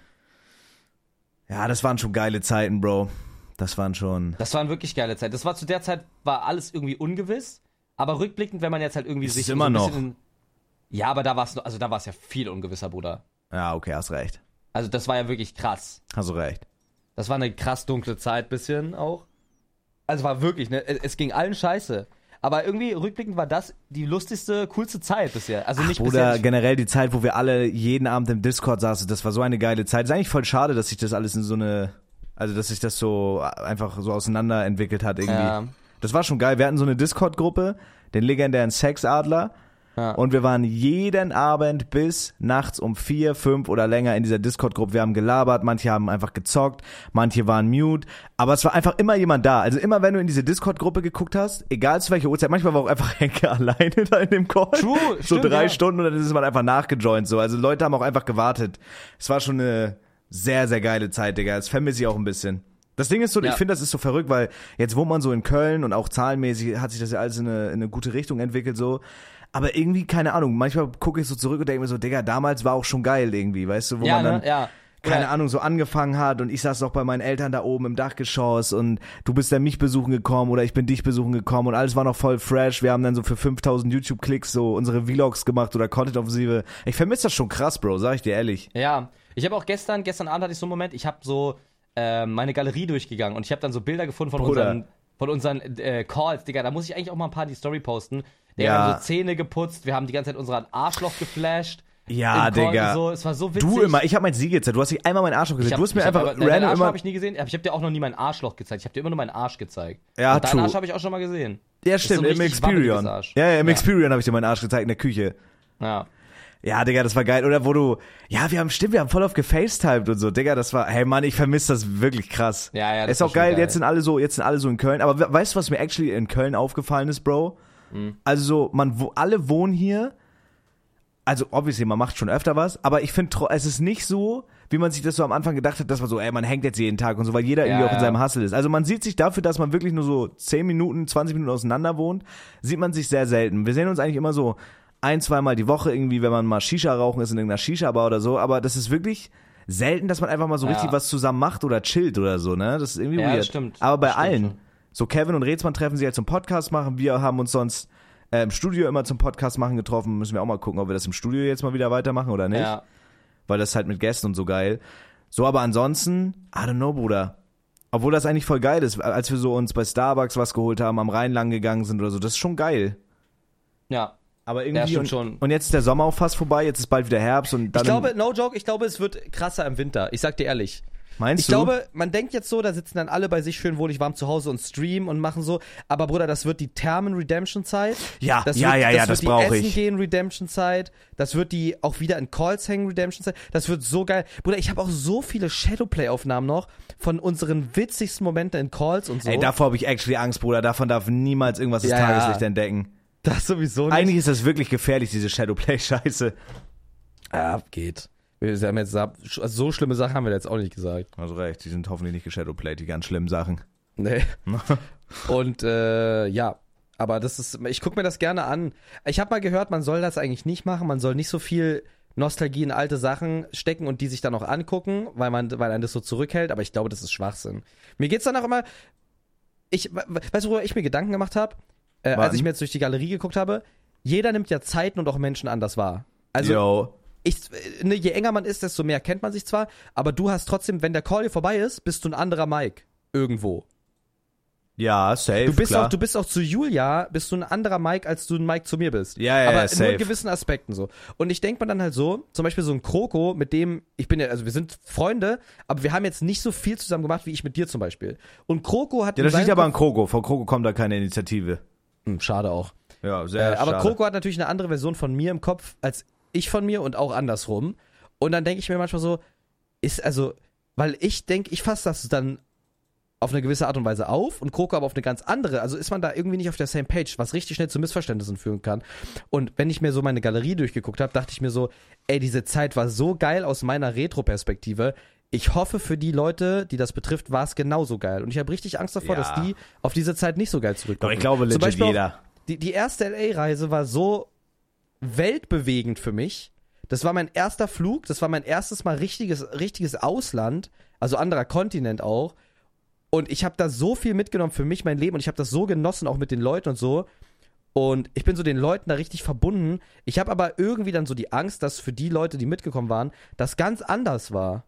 Ja, das waren schon geile Zeiten, Bro. Das waren schon... Das waren wirklich geile Zeit. Das war zu der Zeit, war alles irgendwie ungewiss. Aber rückblickend, wenn man jetzt halt irgendwie Ist sich es immer so ein noch. bisschen... Ja, aber da war es ja viel ungewisser, Bruder. Ja, okay, hast recht. Also das war ja wirklich krass. Hast du recht. Das war eine krass dunkle Zeit, bisschen auch. Also war wirklich, ne? Es ging allen scheiße. Aber irgendwie rückblickend war das die lustigste, coolste Zeit bisher. Also nicht Oder bisher. generell die Zeit, wo wir alle jeden Abend im Discord saßen, das war so eine geile Zeit. Ist eigentlich voll schade, dass sich das alles dass sich das so einfach so auseinander entwickelt hat irgendwie. Ja. Das war schon geil. Wir hatten so eine Discord-Gruppe, den legendären Sexadler. Ja. Und wir waren jeden Abend bis nachts um 4, 5 oder länger in dieser Discord-Gruppe. Wir haben gelabert, manche haben einfach gezockt, manche waren mute. Aber es war einfach immer jemand da. Also immer, wenn du in diese Discord-Gruppe geguckt hast, egal zu welcher Uhrzeit, manchmal war auch einfach Henke alleine da in dem Call. True, So stimmt, 3 ja. Stunden und dann ist man einfach nachgejoint. So. Also Leute haben auch einfach gewartet. Es war schon eine sehr, sehr geile Zeit, Digga. Das vermisse ich auch ein bisschen. Das Ding ist so, Ja. ich finde, das ist so verrückt, weil jetzt wohnt man so in Köln und auch zahlenmäßig hat sich das ja alles in eine gute Richtung entwickelt, so. Aber irgendwie, keine Ahnung, manchmal gucke ich so zurück und denke mir so, Digga, damals war auch schon geil irgendwie, weißt du, wo Ja, man dann, ne? Ja. keine Ahnung, so angefangen hat und ich saß noch bei meinen Eltern da oben im Dachgeschoss und du bist dann mich besuchen gekommen oder ich bin dich besuchen gekommen und alles war noch voll fresh. Wir haben dann so für 5000 YouTube-Klicks so unsere Vlogs gemacht oder Content-Offensive. Ich vermisse das schon krass, Bro, sag ich dir ehrlich. Ja. Ich habe auch gestern Abend hatte ich so einen Moment, ich habe so meine Galerie durchgegangen und ich habe dann so Bilder gefunden von Bruder. unseren Calls, Digga. Da muss ich eigentlich auch mal ein paar die Story posten. Wir Ja. haben so Zähne geputzt, wir haben die ganze Zeit unseren Arschloch geflasht. Ja, im Call Digga. und so. Es war so witzig. Du immer, ich habe mein Sie gezeigt, du hast nicht einmal meinen Arschloch gesehen. Du hast mir einfach deinen random Arsch immer... habe ich nie gesehen, aber ich habe dir auch noch nie meinen Arschloch gezeigt. Ich habe dir immer nur meinen Arsch gezeigt. Ja, und deinen true. Arsch habe ich auch schon mal gesehen. Ja, ist so stimmt, ein im richtig Experion. wabbeliges Arsch. Ja, im Ja. Experion habe ich dir meinen Arsch gezeigt in der Küche. Ja. Ja, Digga, das war geil. Oder wo du, ja, wir haben voll auf gefacetimed und so. Digga, das war, hey Mann, ich vermisse das wirklich krass. Ja, das ist war auch schon geil, jetzt sind alle so in Köln. Aber weißt du, was mir actually in Köln aufgefallen ist, Bro? Also so, alle wohnen hier. Also, obviously, man macht schon öfter was, aber ich finde, es ist nicht so, wie man sich das so am Anfang gedacht hat, dass man so, man hängt jetzt jeden Tag und so, weil jeder irgendwie auch in seinem Hustle ist. Also man sieht sich dafür, dass man wirklich nur so 10 Minuten, 20 Minuten auseinander wohnt, sieht man sich sehr selten. Wir sehen uns eigentlich immer so 1-2 Mal die Woche irgendwie, wenn man mal Shisha rauchen ist in irgendeiner Shisha-Bar oder so, aber das ist wirklich selten, dass man einfach mal so richtig was zusammen macht oder chillt oder so, ne? Das ist irgendwie Ja, weird. das stimmt. Aber bei Das stimmt allen. schon. So Kevin und Rätsmann treffen sich halt zum Podcast machen, wir haben uns sonst im Studio immer zum Podcast machen getroffen, müssen wir auch mal gucken, ob wir das im Studio jetzt mal wieder weitermachen oder nicht. Ja. Weil das halt mit Gästen und so geil. So, aber ansonsten, I don't know, Bruder. Obwohl das eigentlich voll geil ist, als wir so uns bei Starbucks was geholt haben, am Rhein lang gegangen sind oder so, das ist schon geil. Ja. Aber irgendwie, stimmt schon. und jetzt ist der Sommer auch fast vorbei, jetzt ist bald wieder Herbst und dann... Ich glaube, no joke, es wird krasser im Winter. Ich sag dir ehrlich. Meinst Ich du? glaube, man denkt jetzt so, da sitzen dann alle bei sich schön wohlig warm zu Hause und streamen und machen so. Aber Bruder, das wird die Thermen-Redemption-Zeit. Ja, Das das wird die brauche Essen ich. gehen Redemption-Zeit. Das wird die auch wieder in Calls hängen Redemption-Zeit. Das wird so geil. Bruder, ich habe auch so viele Shadowplay-Aufnahmen noch von unseren witzigsten Momenten in Calls und so. Ey, davor habe ich actually Angst, Bruder. Davon darf niemals irgendwas das Ja, Tageslicht entdecken. das sowieso nicht. Eigentlich ist das wirklich gefährlich, diese Shadowplay-Scheiße. Ja, geht. Wir haben jetzt, also so schlimme Sachen haben wir jetzt auch nicht gesagt. Also recht, die sind hoffentlich nicht geshadowplayed, die ganz schlimmen Sachen. Nee. Und ja, aber das ist, ich gucke mir das gerne an. Ich habe mal gehört, man soll das eigentlich nicht machen. Man soll nicht so viel Nostalgie in alte Sachen stecken und die sich dann auch angucken, weil einen das so zurückhält. Aber ich glaube, das ist Schwachsinn. Mir geht's dann auch immer, weißt du, worüber ich mir Gedanken gemacht habe, als ich mir jetzt durch die Galerie geguckt habe? Jeder nimmt ja Zeiten und auch Menschen anders wahr. Also Yo. je enger man ist, desto mehr kennt man sich zwar, aber du hast trotzdem, wenn der Call hier vorbei ist, bist du ein anderer Mike. Irgendwo. Ja, safe, Du bist klar. auch zu Julia, bist du ein anderer Mike, als du ein Mike zu mir bist. Ja, aber nur safe. in gewissen Aspekten so. Und ich denke mir dann halt so, zum Beispiel so ein Kroko, mit dem, wir sind Freunde, aber wir haben jetzt nicht so viel zusammen gemacht, wie ich mit dir zum Beispiel. Und Kroko hat Ja, das liegt aber an Kroko. Von Kroko kommt da keine Initiative. Schade auch. Ja, sehr Aber schade. Kroko hat natürlich eine andere Version von mir im Kopf, als ich von mir und auch andersrum. Und dann denke ich mir manchmal so, weil ich denke, ich fasse das dann auf eine gewisse Art und Weise auf und Kroko aber auf eine ganz andere. Also ist man da irgendwie nicht auf der same page, was richtig schnell zu Missverständnissen führen kann. Und wenn ich mir so meine Galerie durchgeguckt habe, dachte ich mir so, ey, diese Zeit war so geil aus meiner Retro-Perspektive. Ich hoffe, für die Leute, die das betrifft, war es genauso geil. Und ich habe richtig Angst davor, Ja. dass die auf diese Zeit nicht so geil zurückkommen. Doch, ich glaube Zum legit Beispiel auch jeder. Die erste LA-Reise war so weltbewegend für mich. Das war mein erster Flug, das war mein erstes Mal richtiges Ausland, also anderer Kontinent auch. Und ich habe da so viel mitgenommen für mich, mein Leben, und ich habe das so genossen, auch mit den Leuten und so. Und ich bin so den Leuten da richtig verbunden. Ich habe aber irgendwie dann so die Angst, dass für die Leute, die mitgekommen waren, das ganz anders war.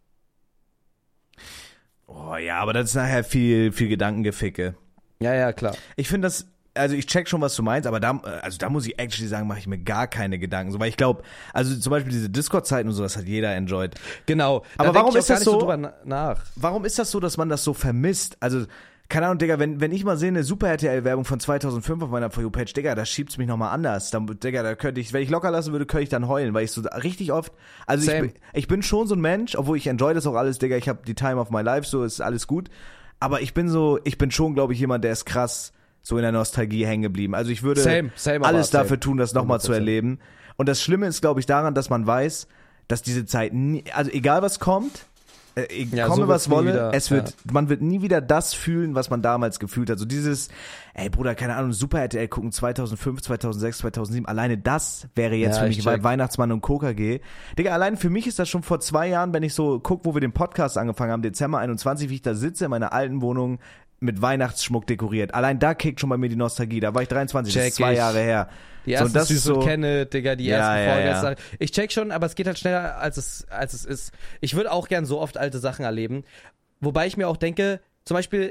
Oh ja, aber das ist nachher viel Gedankengeficke. Ja, klar. Ich finde das, also ich check schon, was du meinst, aber da muss ich actually sagen, mache ich mir gar keine Gedanken. So, weil ich glaube, also zum Beispiel diese Discord-Zeiten und so, das hat jeder enjoyed. Genau. Aber Da denk warum ich auch ist gar das nicht so? Drüber nach. Warum ist das so, dass man das so vermisst? Also, keine Ahnung, Digga, wenn ich mal sehe, eine Super-RTL-Werbung von 2005 auf meiner For You-Page, Digga, da schiebt's mich nochmal anders. Digga, da könnte ich, wenn ich locker lassen würde, könnte ich dann heulen, weil ich so richtig oft, also ich bin schon so ein Mensch, obwohl ich enjoy das auch alles, Digga, ich habe die Time of my life, so ist alles gut. Aber ich bin schon, glaube ich, jemand, der ist krass so in der Nostalgie hängen geblieben. Also ich würde alles dafür tun, das nochmal zu erleben. Und das Schlimme ist, glaube ich, daran, dass man weiß, dass diese Zeit nie, also egal was kommt, komme so was wolle, wieder, man wird nie wieder das fühlen, was man damals gefühlt hat. So dieses, ey Bruder, keine Ahnung, Super RTL gucken 2005, 2006, 2007, alleine das wäre jetzt für mich Weihnachtsmann und KKG. Digga, allein für mich ist das schon vor 2 Jahren, wenn ich so guck, wo wir den Podcast angefangen haben, Dezember 21, wie ich da sitze in meiner alten Wohnung mit Weihnachtsschmuck dekoriert. Allein da kickt schon bei mir die Nostalgie. Da war ich 23, das ist 2 Jahre her. Die ersten das Süß ist und so, Kenne, Digga, die ersten Folgen. ja. Ich check schon, aber es geht halt schneller, als es ist. Ich würde auch gern so oft alte Sachen erleben. Wobei ich mir auch denke, zum Beispiel,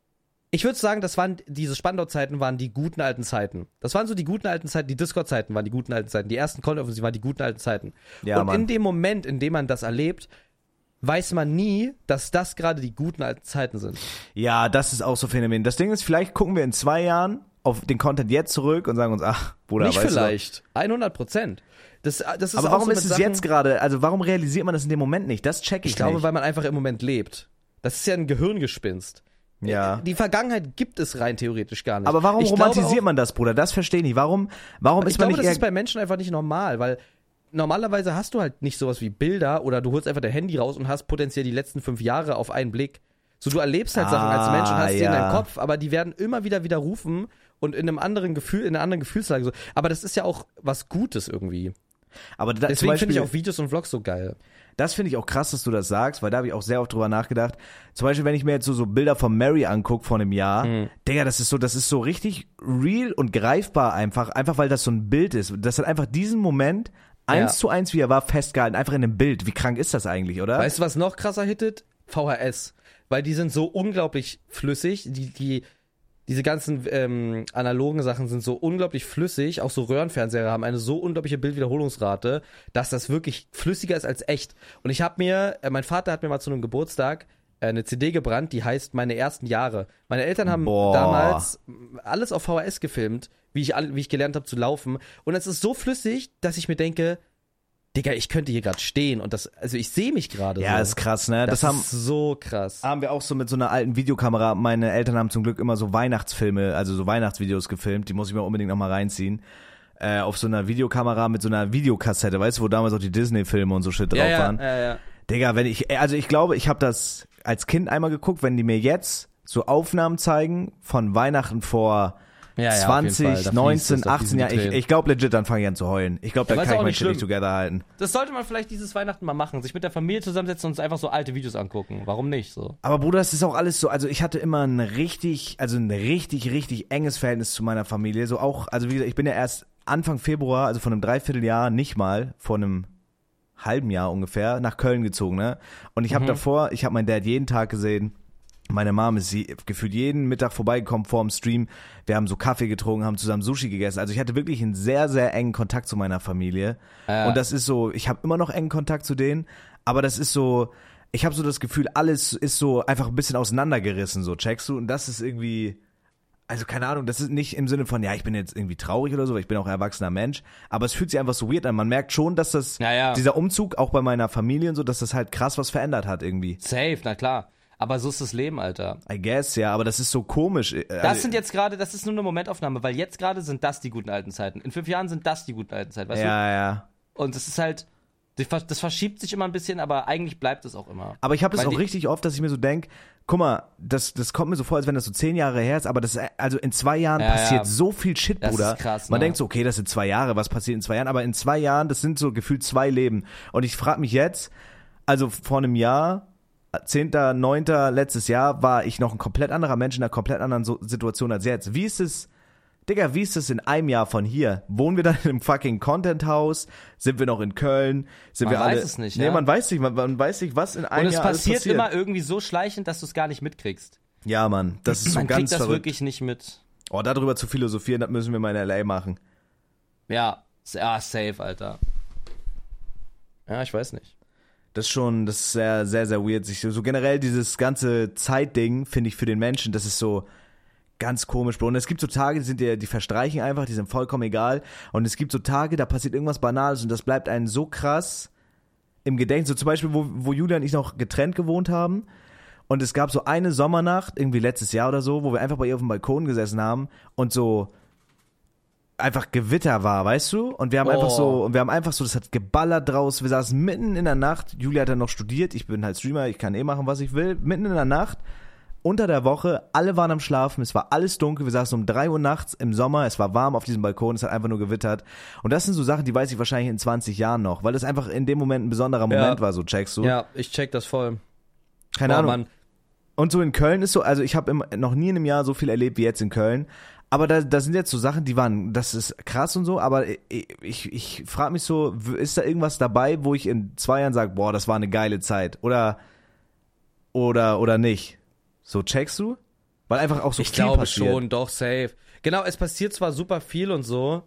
ich würde sagen, diese Spandau-Zeiten waren die guten alten Zeiten. Das waren so die guten alten Zeiten, die Discord-Zeiten waren die guten alten Zeiten. Die ersten Call-Offensiven waren die guten alten Zeiten. Ja, und Mann. in dem Moment, in dem man das erlebt, weiß man nie, dass das gerade die guten alten Zeiten sind. Ja, das ist auch so ein Phänomen. Das Ding ist, vielleicht gucken wir in 2 Jahren auf den Content jetzt zurück und sagen uns, ach, Bruder, Nicht weißt vielleicht. 100%. Das ist aber auch warum so mit ist es Sachen, jetzt gerade, also warum realisiert man das in dem Moment nicht? Das check ich Ich glaube, nicht. weil man einfach im Moment lebt. Das ist ja ein Gehirngespinst. Ja. Die Vergangenheit gibt es rein theoretisch gar nicht. Aber warum Ich glaube romantisiert auch- man das, Bruder? Das verstehe ich nicht. Warum Ich ist man glaube, nicht das eher... ist bei Menschen einfach nicht normal, weil normalerweise hast du halt nicht sowas wie Bilder oder du holst einfach dein Handy raus und hast potenziell die letzten 5 Jahre auf einen Blick. So, du erlebst halt Sachen als Mensch und hast die in ja. deinem Kopf, aber die werden immer wieder widerrufen und in einem anderen Gefühl, in einer anderen Gefühlslage so. Aber das ist ja auch was Gutes irgendwie. aber da, zum Deswegen finde Beispiel, ich auch Videos und Vlogs so geil. das finde ich auch krass, dass du das sagst, weil da habe ich auch sehr oft drüber nachgedacht. Zum Beispiel, wenn ich mir jetzt so Bilder von Mary angucke vor einem Jahr, Digga, das ist so richtig real und greifbar einfach weil das so ein Bild ist. Das hat einfach diesen Moment 1:1, wie er war, festgehalten, einfach in einem Bild. Wie krank ist das eigentlich, oder? Weißt du, was noch krasser hittet? VHS. Weil die sind so unglaublich flüssig. Diese ganzen analogen Sachen sind so unglaublich flüssig. Auch so Röhrenfernseher haben eine so unglaubliche Bildwiederholungsrate, dass das wirklich flüssiger ist als echt. Und ich habe mein Vater hat mir mal zu einem Geburtstag eine CD gebrannt, die heißt Meine ersten Jahre. Meine Eltern haben Boah. damals alles auf VHS gefilmt, wie ich gelernt habe zu laufen. Und es ist so flüssig, dass ich mir denke, Digga, ich könnte hier gerade stehen und also ich sehe mich gerade so. Ja, ist krass, ne? Das ist so krass. Haben wir auch so mit so einer alten Videokamera. Meine Eltern haben zum Glück immer so Weihnachtsfilme, also so Weihnachtsvideos gefilmt. Die muss ich mir unbedingt nochmal reinziehen. Auf so einer Videokamera mit so einer Videokassette, weißt du, wo damals auch die Disney-Filme und so Shit drauf waren. Ja. Digga, ich glaube, ich habe das als Kind einmal geguckt, wenn die mir jetzt so Aufnahmen zeigen von Weihnachten vor 20, 19, 18 Jahren. Ich glaube legit, dann fange ich an zu heulen. Ich glaube, da kann ich mein Shit nicht together halten. Das sollte man vielleicht dieses Weihnachten mal machen. Sich mit der Familie zusammensetzen und uns einfach so alte Videos angucken. Warum nicht so? Aber Bruder, das ist auch alles so, also ich hatte immer ein richtig enges Verhältnis zu meiner Familie. So auch, also wie gesagt, ich bin ja erst Anfang Februar, also von einem Dreivierteljahr, nicht mal, vor einem halben Jahr ungefähr, nach Köln gezogen, ne? Und ich habe ich habe meinen Dad jeden Tag gesehen. Meine Mom ist gefühlt jeden Mittag vorbeigekommen vor dem Stream. Wir haben so Kaffee getrunken, haben zusammen Sushi gegessen. Also ich hatte wirklich einen sehr, sehr engen Kontakt zu meiner Familie. Und das ist so, ich habe immer noch engen Kontakt zu denen, aber das ist so, ich habe so das Gefühl, alles ist so einfach ein bisschen auseinandergerissen, so, checkst du? Und das ist irgendwie, also keine Ahnung, das ist nicht im Sinne von, ja, ich bin jetzt irgendwie traurig oder so, weil ich bin auch ein erwachsener Mensch, aber es fühlt sich einfach so weird an. Man merkt schon, dass dieser Umzug, auch bei meiner Familie und so, dass das halt krass was verändert hat irgendwie. Safe, na klar. Aber so ist das Leben, Alter. I guess, ja, aber das ist so komisch. Das ist nur eine Momentaufnahme, weil jetzt gerade sind das die guten alten Zeiten. In 5 Jahren sind das die guten alten Zeiten, weißt du? Ja. Und das ist halt, das verschiebt sich immer ein bisschen, aber eigentlich bleibt es auch immer. Aber ich habe das auch richtig oft, dass ich mir so denke, guck mal, das kommt mir so vor, als wenn das so 10 Jahre her ist, aber das ist, also in 2 Jahren passiert so viel Shit, Bruder. Das ist krass, Man denkt so, okay, das sind 2 Jahre, was passiert in 2 Jahren? Aber in 2 Jahren, das sind so gefühlt 2 Leben. Und ich frage mich jetzt, also vor einem Jahr, 10.9. letztes Jahr, war ich noch ein komplett anderer Mensch in einer komplett anderen Situation als jetzt. Wie ist es in einem Jahr von hier? Wohnen wir dann im fucking Content-Haus? Sind wir noch in Köln? Man weiß es nicht, Nee, man weiß nicht, man weiß nicht, was in einem Jahr alles passiert. Und es passiert immer irgendwie so schleichend, dass du es gar nicht mitkriegst. Ja, Mann, das ist so ganz verrückt. Man kriegt das wirklich nicht mit. Oh, darüber zu philosophieren, das müssen wir mal in L.A. machen. Ja, safe, Alter. Ja, ich weiß nicht. Das ist sehr, sehr, sehr weird. So generell dieses ganze Zeitding, finde ich, für den Menschen, das ist so ganz komisch, Bro. Und es gibt so Tage, die verstreichen einfach, die sind vollkommen egal. Und es gibt so Tage, da passiert irgendwas Banales und das bleibt einem so krass im Gedächtnis. So zum Beispiel, wo Julia und ich noch getrennt gewohnt haben. Und es gab so eine Sommernacht, irgendwie letztes Jahr oder so, wo wir einfach bei ihr auf dem Balkon gesessen haben und so einfach Gewitter war, weißt du? Und wir haben einfach so, das hat geballert draus. Wir saßen mitten in der Nacht. Julia hat dann noch studiert. Ich bin halt Streamer, ich kann machen, was ich will. Mitten in der Nacht, unter der Woche, alle waren am Schlafen, es war alles dunkel. Wir saßen um 3 Uhr nachts im Sommer, es war warm auf diesem Balkon, es hat einfach nur gewittert. Und das sind so Sachen, die weiß ich wahrscheinlich in 20 Jahren noch, weil das einfach in dem Moment ein besonderer Moment war, so checkst du? Ja, ich check das voll. Keine Ahnung. Mann. Und so in Köln ist so, also ich habe noch nie in einem Jahr so viel erlebt wie jetzt in Köln. Aber da sind jetzt so Sachen, das ist krass und so, aber ich frage mich so, ist da irgendwas dabei, wo ich in 2 Jahren sage, boah, das war eine geile Zeit? Oder nicht? So, checkst du? Weil einfach auch so viel passiert. Ich glaube schon, doch, safe. Genau, es passiert zwar super viel und so,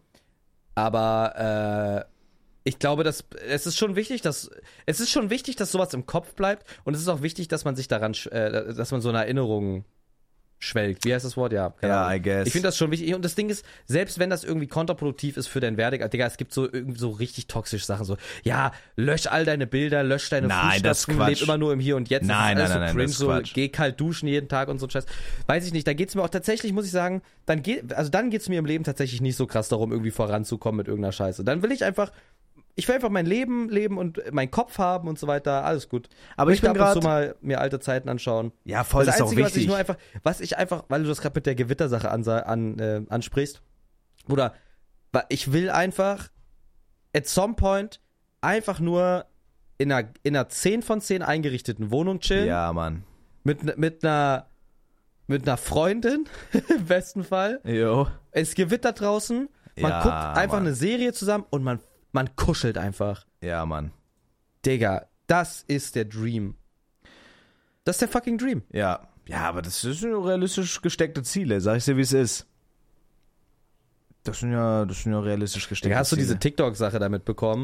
aber ich glaube, es ist schon wichtig, dass sowas im Kopf bleibt und es ist auch wichtig, dass man sich daran, dass man so eine Erinnerung schwelgt. Wie heißt das Wort? Ja, I guess. Ich finde das schon wichtig. Und das Ding ist, selbst wenn das irgendwie kontraproduktiv ist für deinen Werdegang, Digga, es gibt so irgendwie so richtig toxische Sachen, so, ja, lösch all deine Bilder, lösch deine Fußstapfen, leb immer nur im Hier und Jetzt. Nein, das ist alles so cringe, so, geh kalt duschen jeden Tag und so ein Scheiß. Weiß ich nicht, da geht's mir auch tatsächlich, muss ich sagen, dann geht's mir im Leben tatsächlich nicht so krass darum, irgendwie voranzukommen mit irgendeiner Scheiße. Dann will ich einfach mein Leben leben und meinen Kopf haben und so weiter, alles gut. Aber ich bin gerade so mal mir alte Zeiten anschauen. Ja, voll, das ist Einzige, auch wichtig. Was ich einfach, weil du das gerade mit der Gewittersache ansprichst, Bruder, ich will einfach at some point einfach nur in einer 10 von 10 eingerichteten Wohnung chillen. Ja, Mann. Mit einer Freundin, im besten Fall. Jo. Es gewittert draußen, man guckt einfach eine Serie zusammen und man kuschelt einfach. Ja, Mann. Digga, das ist der Dream. Das ist der fucking Dream. Ja. Ja, aber das sind ja realistisch gesteckte Ziele, sag ich dir, wie es ist. Das sind ja realistisch gesteckte Ziele. Hast du diese TikTok-Sache damit bekommen,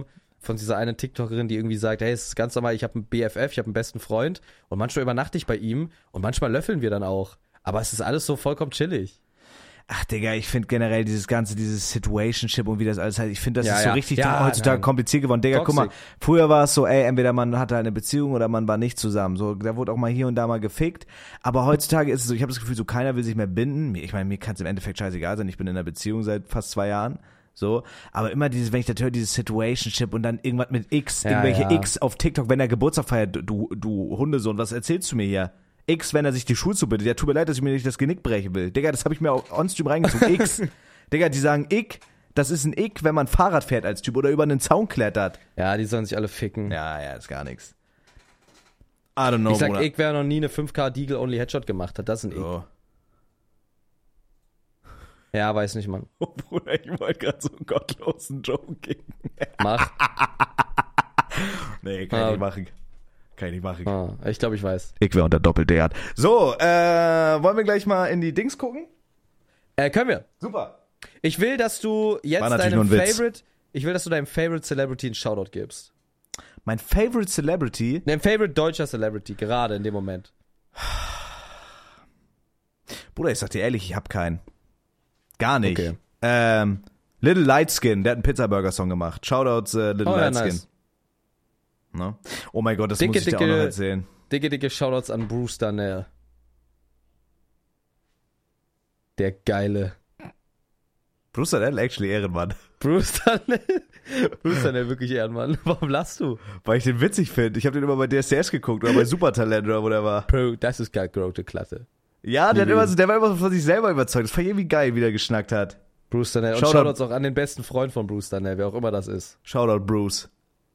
von dieser einen TikTokerin, die irgendwie sagt, hey, es ist ganz normal, ich habe einen BFF, ich habe einen besten Freund und manchmal übernachte ich bei ihm und manchmal löffeln wir dann auch. Aber es ist alles so vollkommen chillig. Ach, Digga, ich finde generell dieses Situationship und wie das alles heißt, ich finde, das Ja, ist so ja. richtig Ja, heutzutage nein. kompliziert geworden. Digga, guck mal, Toxic. früher war es so, entweder man hatte eine Beziehung oder man war nicht zusammen. So, da wurde auch mal hier und da mal gefickt. Aber heutzutage ist es so, ich habe das Gefühl, so keiner will sich mehr binden. Ich meine, mir kann es im Endeffekt scheißegal sein, ich bin in einer Beziehung seit fast 2 Jahren. So, aber immer wenn ich das höre, dieses Situationship und dann irgendwas mit X, irgendwelche ja. X auf TikTok, wenn er Geburtstag feiert, du Hundesohn, was erzählst du mir hier? X, wenn er sich die Schuhe zubindet. Ja, tut mir leid, dass ich mir nicht das Genick brechen will. Digga, das habe ich mir auch on-stream reingezogen. X. Digga, die sagen Ick, das ist ein Ick, wenn man Fahrrad fährt als Typ oder über einen Zaun klettert. Ja, die sollen sich alle ficken. Ja, ist gar nichts. I don't know, Ich sag, Bruder. ich, wer noch nie eine 5K Deagle Only Headshot gemacht hat, das ist ein Ich. So. Ja, weiß nicht, Mann. Oh, Bruder, ich wollte gerade so einen gottlosen Joke geben. Mach. Nee, kann ich nicht machen. Kann ich nicht machen. Ich glaube, ich weiß. Ich wäre unter Doppel-D. So, wollen wir gleich mal in die Dings gucken? Können wir. Super. Ich will, dass du jetzt War natürlich nur ein Witz. deinem Favorite Celebrity einen Shoutout gibst. Mein Favorite Celebrity? Dein Favorite deutscher Celebrity, gerade in dem Moment. Bruder, ich sag dir ehrlich, ich hab keinen. Gar nicht. Okay. Little Lightskin, der hat einen Pizza-Burger-Song gemacht. Shoutouts Little Lightskin. Nice. Ne? Oh mein Gott, das Dicke, muss ich dir auch noch erzählen. Dicke Shoutouts an Bruce Darnell. Der geile. Bruce Darnell, actually Ehrenmann. Bruce Darnell, wirklich Ehrenmann. Warum lachst du? Weil ich den witzig finde. Ich habe den immer bei DSDS geguckt oder bei Supertalent oder wo der war. Bro, das ist geil, große Klasse. Ja, der war immer von sich selber überzeugt. Das fand ich irgendwie geil, wie der geschnackt hat. Bruce Darnell. Und Shoutouts auch an den besten Freund von Bruce Darnell, wer auch immer das ist. Shoutout Bruce.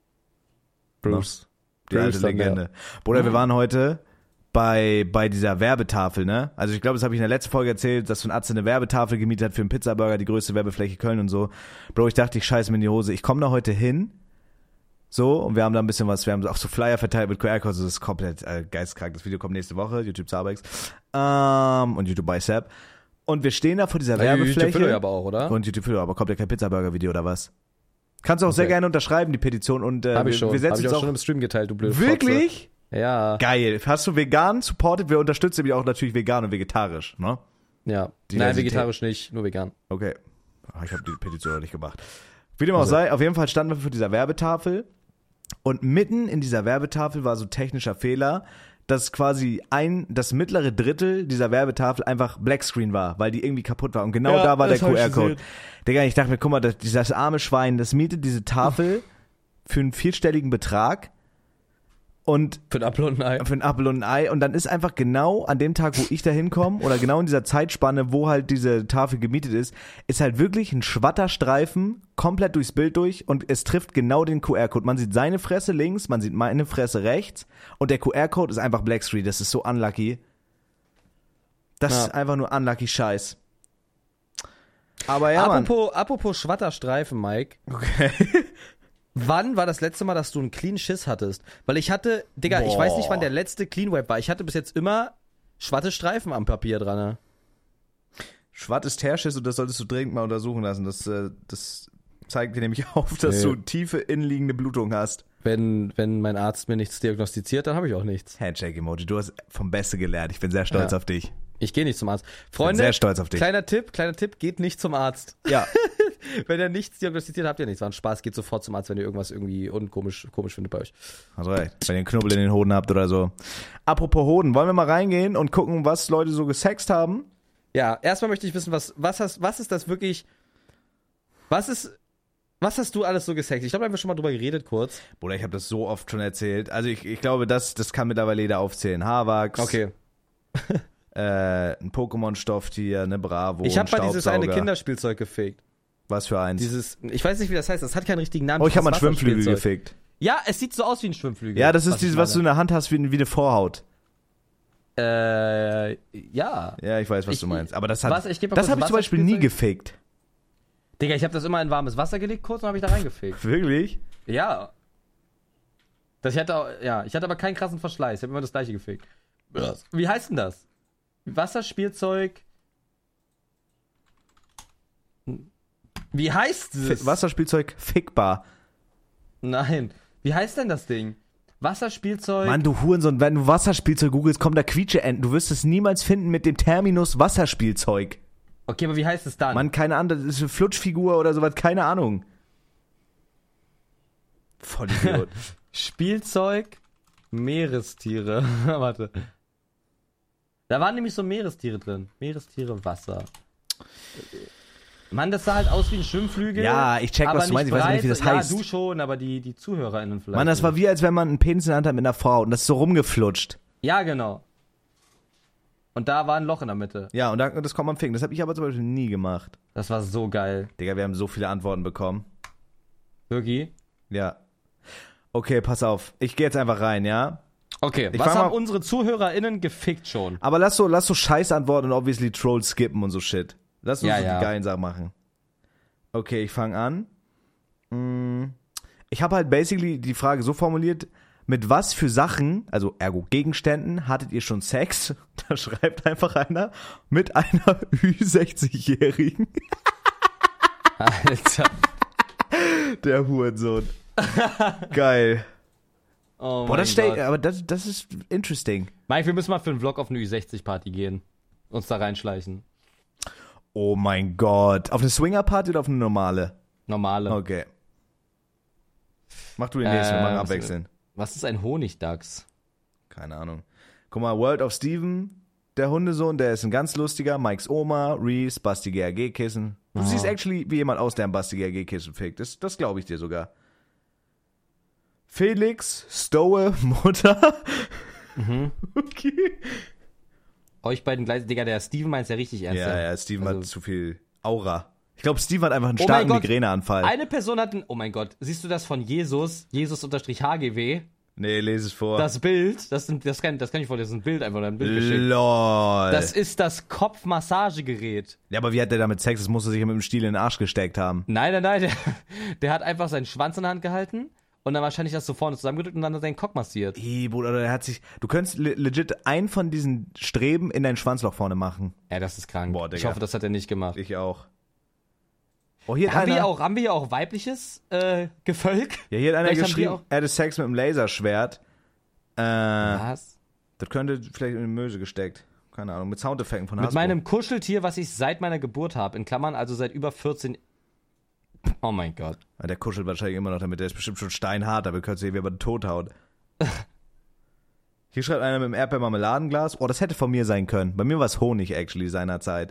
Bruce. Die alte Legende. Bruder, wir waren heute bei dieser Werbetafel, ne? Also ich glaube, das habe ich in der letzten Folge erzählt, dass so ein Atze eine Werbetafel gemietet hat für einen Pizzaburger, die größte Werbefläche Köln und so. Bro, ich dachte, ich scheiße mir in die Hose. Ich komme da heute hin, so, und wir haben da ein bisschen was, wir haben auch so Flyer verteilt mit QR-Codes, das ist komplett geisteskrank. Das Video kommt nächste Woche, YouTube Zabex und YouTube Bicep. Und wir stehen da vor dieser Werbefläche. YouTube Philo aber auch, oder? Und YouTube Philo, aber kommt ja kein Pizzaburger-Video oder was? Kannst du auch sehr gerne unterschreiben, die Petition. Und hab ich schon. Wir setzen Hab ich uns auch schon im Stream geteilt, du blöde Wirklich? Fotze. Ja. Geil. Hast du vegan supported? Wir unterstützen nämlich auch natürlich vegan und vegetarisch, ne? Ja. Diversität. Nein, vegetarisch nicht, nur vegan. Okay. Ich habe die Petition noch nicht gemacht. Wie dem auch sei, auf jeden Fall standen wir vor dieser Werbetafel und mitten in dieser Werbetafel war so technischer Fehler, dass quasi das mittlere Drittel dieser Werbetafel einfach Blackscreen war, weil die irgendwie kaputt war. Und genau da war der QR-Code. Digga, ich dachte mir, guck mal, dieses arme Schwein, das mietet diese Tafel für einen 4-stelligen Betrag. Und für ein Apfel und ein Ei. Für ein Apfel und ein Ei. Und dann ist einfach genau an dem Tag, wo ich da hinkomme, oder genau in dieser Zeitspanne, wo halt diese Tafel gemietet ist halt wirklich ein Schwatterstreifen komplett durchs Bild durch und es trifft genau den QR-Code. Man sieht seine Fresse links, man sieht meine Fresse rechts und der QR-Code ist einfach Blackscreen. Das ist so unlucky. Das ist einfach nur unlucky Scheiß. Aber ja, apropos Schwatterstreifen, Mike. Okay. Wann war das letzte Mal, dass du einen clean Schiss hattest? Weil ich hatte, Digga, ich weiß nicht, wann der letzte Clean Wipe war. Ich hatte bis jetzt immer Schwattestreifen am Papier dran. Ne? Schwatt ist Teerschiss und das solltest du dringend mal untersuchen lassen. Das zeigt dir nämlich auf, dass du tiefe innenliegende Blutung hast. Wenn mein Arzt mir nichts diagnostiziert, dann habe ich auch nichts. Handshake-Emoji, du hast vom Beste gelernt. Ich bin sehr stolz auf dich. Ich gehe nicht zum Arzt. Freunde, bin sehr stolz auf dich. Kleiner Tipp, geht nicht zum Arzt. Ja. Wenn ihr nichts diagnostiziert, habt ihr nichts. War ein Spaß, geht sofort zum Arzt, wenn ihr irgendwas irgendwie komisch findet bei euch. Hast recht. Wenn ihr einen Knubbel in den Hoden habt oder so. Apropos Hoden, wollen wir mal reingehen und gucken, was Leute so gesext haben? Ja, erstmal möchte ich wissen, was ist das wirklich, was hast du alles so gesext? Ich glaube, da haben wir schon mal drüber geredet kurz. Bruder, ich habe das so oft schon erzählt. Also ich glaube, das kann mittlerweile jeder aufzählen. Haarwachs. Okay. Ein Pokémon-Stofftier, eine Bravo, ich habe mal dieses eine Kinderspielzeug gefegt. Was für eins? Ich weiß nicht, wie das heißt, das hat keinen richtigen Namen. Oh, ich habe mal einen Schwimmflügel gefegt. Ja, es sieht so aus wie ein Schwimmflügel. Ja, das ist dieses, was du in der Hand hast, wie eine Vorhaut. Ja. Ja, ich weiß, was du meinst. Aber das habe ich zum Beispiel nie gefegt. Digga, ich habe das immer in warmes Wasser gelegt kurz und habe ich da reingefegt. Wirklich? Ja. Ich hatte aber keinen krassen Verschleiß. Ich habe immer das gleiche gefegt. Wie heißt denn das? Wasserspielzeug. Wie heißt es? Wasserspielzeug fickbar. Nein. Wie heißt denn das Ding? Wasserspielzeug? Mann, du Hurensohn, wenn du Wasserspielzeug googelst, kommen da Quietscheenten. Du wirst es niemals finden mit dem Terminus Wasserspielzeug. Okay, aber wie heißt es dann? Mann, keine Ahnung, das ist eine Flutschfigur oder sowas, keine Ahnung. Voll Idiot. Spielzeug, Meerestiere. Warte. Da waren nämlich so Meerestiere drin. Meerestiere, Wasser. Mann, das sah halt aus wie ein Schwimmflügel. Ja, ich check, was du meinst. Ich weiß nicht, wie das heißt. Ja, du schon, aber die ZuhörerInnen vielleicht. Mann, das war wie, als wenn man einen Penis in der Hand hat mit einer Frau und das ist so rumgeflutscht. Ja, genau. Und da war ein Loch in der Mitte. Ja, und das kann man ficken. Das habe ich aber zum Beispiel nie gemacht. Das war so geil. Digga, wir haben so viele Antworten bekommen. Wirklich? Ja. Okay, pass auf. Ich gehe jetzt einfach rein, ja? Okay, Ich was fang haben mal- unsere ZuhörerInnen gefickt schon? Aber lass so Scheißantworten und obviously Trolls skippen und so Shit. Lass uns Ja, so ja. die geilen Sachen machen. Okay, ich fange an. Ich habe halt basically die Frage so formuliert, mit was für Sachen, also ergo Gegenständen, hattet ihr schon Sex? Da schreibt einfach einer, mit einer Ü60-Jährigen. Alter. Der Hurensohn. Geil. Oh Boah, das Gott. aber das ist interesting. Mike, wir müssen mal für einen Vlog auf eine Ü60-Party gehen. Uns da reinschleichen. Oh mein Gott. Auf eine Swinger-Party oder auf eine normale? Normale. Okay. Mach du den nächsten, wir machen was- abwechseln. Was ist ein Honigdachs? Keine Ahnung. Guck mal, World of Steven, der Hundesohn, der ist ein ganz lustiger. Mikes Oma, Reese, Basti GRG-Kissen. Du siehst actually wie jemand aus, der ein Basti GRG-Kissen fickt. Das glaube ich dir sogar. Felix, Stowe, Mutter. Okay. Euch beiden gleich, Digga, der Steven meint's ja richtig ernst. Ja, Steven Also- hat zu viel Aura. Ich glaube, Steven hat einfach einen Oh mein starken Gott. Migräneanfall. Eine Person hat oh mein Gott, siehst du das von Jesus-HGW? Nee, lese es vor. Das Bild, das kann ich vor, das ist ein Bild einfach, ein Bild geschickt. LOL. Das ist das Kopfmassagegerät. Ja, aber wie hat der damit Sex? Das muss er sich ja mit dem Stiel in den Arsch gesteckt haben. Nein, der hat einfach seinen Schwanz in der Hand gehalten und dann wahrscheinlich das so vorne zusammengedrückt und dann seinen Cock massiert. Bruder, der hat sich. Du könntest legit einen von diesen Streben in dein Schwanzloch vorne machen. Ja, das ist krank. Boah, Digga. Ich hoffe, das hat er nicht gemacht. Ich auch. Oh, hier hat Haben einer. wir hier auch weibliches Gefolg? Ja, hier hat einer Vielleicht haben die geschrieben, auch- er hatte Sex mit einem Laserschwert. Was? Das könnte vielleicht in die Möse gesteckt. Keine Ahnung, mit Soundeffekten von Mit Hasbro. meinem Kuscheltier, was ich seit meiner Geburt habe, in Klammern, also seit über 14. Oh mein Gott. Ja, der kuschelt wahrscheinlich immer noch damit. Der ist bestimmt schon steinhart, damit könntest du ihn wie aber tot haut. Hier schreibt einer mit dem Erdbeermarmeladenglas. Oh, das hätte von mir sein können. Bei mir war es Honig, actually, seinerzeit.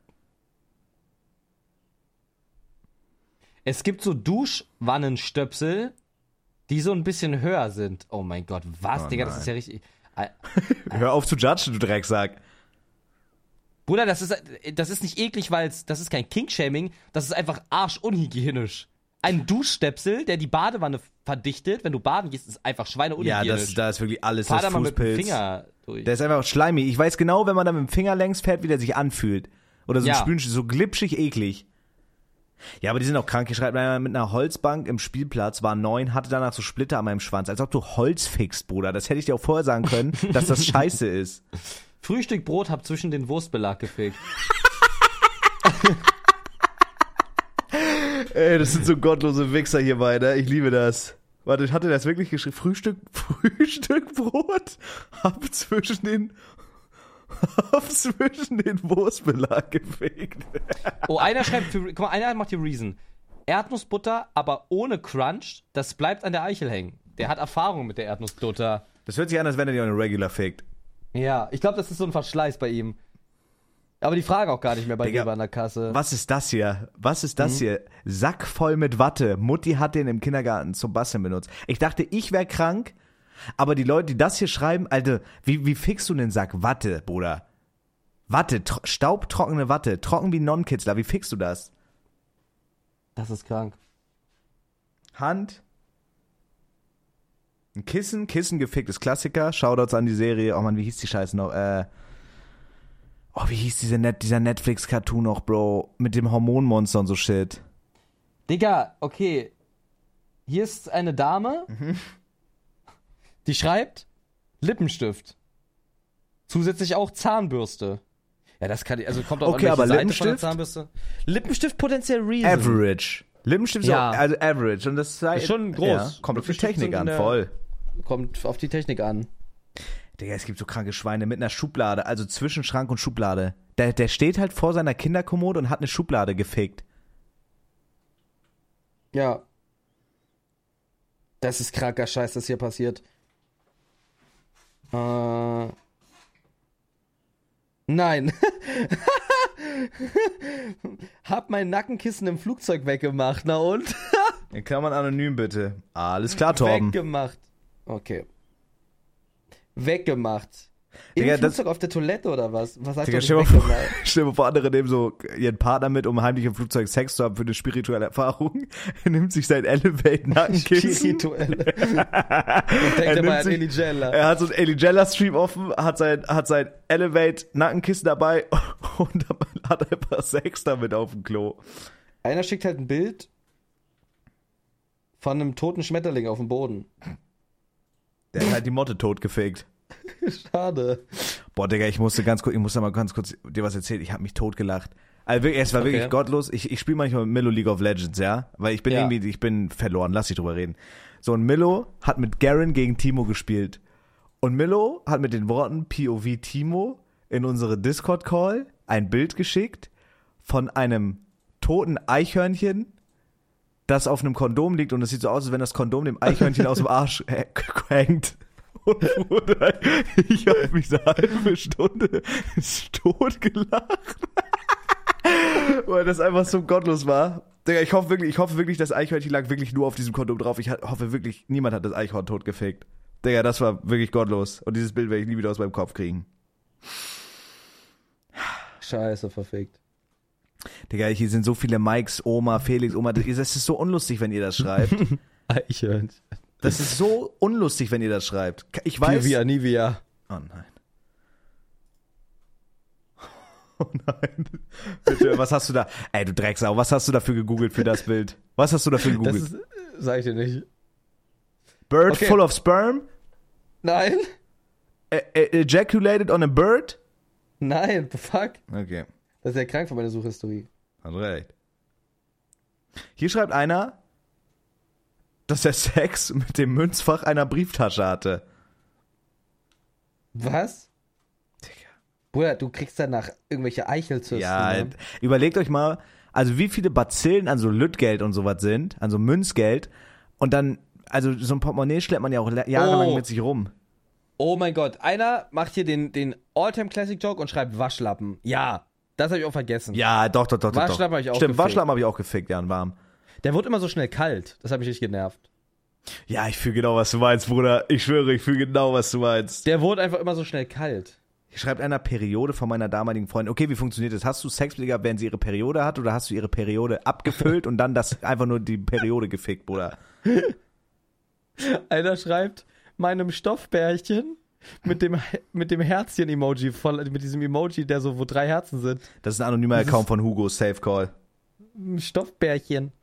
Es gibt so Duschwannenstöpsel, die so ein bisschen höher sind. Oh mein Gott, was, Oh Digga, nein. das ist ja richtig. Hör auf zu judgen, du Drecksack. Bruder, das ist nicht eklig, weil das ist kein Kink-Shaming, das ist einfach arschunhygienisch. Ein Duschstöpsel, der die Badewanne verdichtet, wenn du baden gehst, ist einfach Ja, schweineunhygienisch. da ist wirklich alles Fahr das da mal mit dem Fußpilz. Finger durch. Der ist einfach schleimig. Ich weiß genau, wenn man da mit dem Finger längs fährt, wie der sich anfühlt. Oder so Ja. ein Spülen, so glitschig eklig. Ja, aber die sind auch krank. Hier schreibt einer mit einer Holzbank im Spielplatz, war 9, hatte danach so Splitter an meinem Schwanz. Als ob du Holz fickst, Bruder. Das hätte ich dir auch vorher sagen können, dass das scheiße ist. Frühstück Brot hab zwischen den Wurstbelag gefickt. Ey, das sind so gottlose Wichser hier beide. Ich liebe das. Warte, hatte das wirklich geschrieben? Frühstückbrot? Hab zwischen den Wurstbelag gefickt. Oh, einer schreibt, guck mal, einer macht die Reason. Erdnussbutter, aber ohne Crunch, das bleibt an der Eichel hängen. Der hat Erfahrung mit der Erdnussbutter. Das hört sich an, als wenn er dir eine Regular fickt. Ja, ich glaube, das ist so ein Verschleiß bei ihm. Aber die fragen auch gar nicht mehr bei Digga, dir an der Kasse. Was ist das hier? Was ist das hier? Sack voll mit Watte. Mutti hat den im Kindergarten zum Basteln benutzt. Ich dachte, ich wäre krank, aber die Leute, die das hier schreiben, Alter, wie fixst du den Sack? Watte, Bruder. Watte, staubtrockene Watte, trocken wie Non-Kitzler. Wie fixst du das? Das ist krank. Hand. Ein Kissen gefickt, ist Klassiker. Shoutouts an die Serie. Oh Mann, wie hieß die Scheiße noch? Wie hieß dieser Netflix-Cartoon noch, Bro? Mit dem Hormonmonster und so Shit. Digga, okay. Hier ist eine Dame, die schreibt Lippenstift. Zusätzlich auch Zahnbürste. Ja, das kann, also kommt auch Okay, an welche aber Seite von der Lippenstift? Zahnbürste. Lippenstift potenziell Reason. Average. Lippenstift Ja. so, also average. Und das Ist schon groß. Ja, kommt auf die Lippenstift Technik sind an, in der- voll. Kommt auf die Technik an. Digga, es gibt so kranke Schweine mit einer Schublade, also zwischen Schrank und Schublade. Der steht halt vor seiner Kinderkommode und hat eine Schublade gefickt. Ja. Das ist kranker Scheiß, das hier passiert. Nein. Hab mein Nackenkissen im Flugzeug weggemacht, na und? In Klammern anonym bitte. Alles klar, Torben. Weggemacht. Okay. Weggemacht. Im Digga, Flugzeug auf der Toilette oder was? Was sagt Digga, doch stell nicht dir mal weggemacht? stell dir mal vor, andere nehmen so ihren Partner mit, um heimlich im Flugzeug Sex zu haben für eine spirituelle Erfahrung. Er nimmt sich sein Elevate-Nackenkissen. Spirituelle. Und denkt Er er mal nimmt an sich- Eli Jella. Er hat so einen Ellie Stream offen, hat sein Elevate-Nackenkissen dabei und hat einfach Sex damit auf dem Klo. Einer schickt halt ein Bild von einem toten Schmetterling auf dem Boden. Der hat halt die Motte totgefegt. Schade. Boah, Digga, ich muss da mal ganz kurz dir was erzählen. Ich habe mich totgelacht. Also wirklich, es war Okay. wirklich gottlos. Ich spiele manchmal mit Milo League of Legends, ja? Weil ich bin Ja. ich bin verloren, lass dich drüber reden. So, und Milo hat mit Garen gegen Timo gespielt. Und Milo hat mit den Worten POV Timo in unsere Discord-Call ein Bild geschickt von einem toten Eichhörnchen, das auf einem Kondom liegt und es sieht so aus, als wenn das Kondom dem Eichhörnchen aus dem Arsch hängt. Und Bruder, ich habe mich eine halbe Stunde totgelacht. Weil das einfach so gottlos war. Digga, ich hoffe wirklich, das Eichhörnchen lag wirklich nur auf diesem Kondom drauf. Ich hoffe wirklich, niemand hat das Eichhorn totgefegt. Digga, das war wirklich gottlos. Und dieses Bild werde ich nie wieder aus meinem Kopf kriegen. Scheiße, verfickt. Digga, hier sind so viele Mikes, Oma, Felix, Oma. Das ist so unlustig, wenn ihr das schreibt. Eichhörnchen. Das ist so unlustig, wenn ihr das schreibt. Ich weiß. Nivea, Nivea. Oh nein. Oh nein. Bitte, was hast du da? Ey, du Drecksau, was hast du dafür gegoogelt für das Bild? Was hast du dafür Das gegoogelt? ist, sag ich dir nicht. Bird okay. full of sperm? Nein? Ejaculated on a bird? Nein, fuck. Okay, Das ist ja krank von meiner Suchhistorie. hat recht. Hier schreibt einer, dass er Sex mit dem Münzfach einer Brieftasche hatte. Was? Digga. Bruder, du kriegst danach irgendwelche Eichelzysten. Ja, ne? überlegt euch mal, also wie viele Bazillen an so Lüttgeld und sowas sind, an so Münzgeld. Und dann, also so ein Portemonnaie schleppt man ja auch jahrelang mit sich rum. Oh mein Gott, einer macht hier den All-Time-Classic-Joke und schreibt Waschlappen. Ja, das habe ich auch vergessen. Ja, doch. Waschlappen habe ich auch Stimmt, gefickt. Waschlappen habe ich auch gefickt, ja, und warm. Der wird immer so schnell kalt. Das hat mich richtig genervt. Ja, ich fühle genau, was du meinst, Bruder. Ich schwöre, ich fühle genau, was du meinst. Der wurde einfach immer so schnell kalt. Hier schreibt einer Periode von meiner damaligen Freundin. Okay, wie funktioniert das? Hast du Sex mit ihr gehabt, während sie ihre Periode hat, oder hast du ihre Periode abgefüllt und dann das einfach nur die Periode gefickt, Bruder? Einer schreibt meinem Stoffbärchen mit dem Herzchen-Emoji, mit diesem Emoji, der so, wo 3 Herzen sind. Das ist ein anonymer Account von Hugo, Safe Call. Ein Stoffbärchen.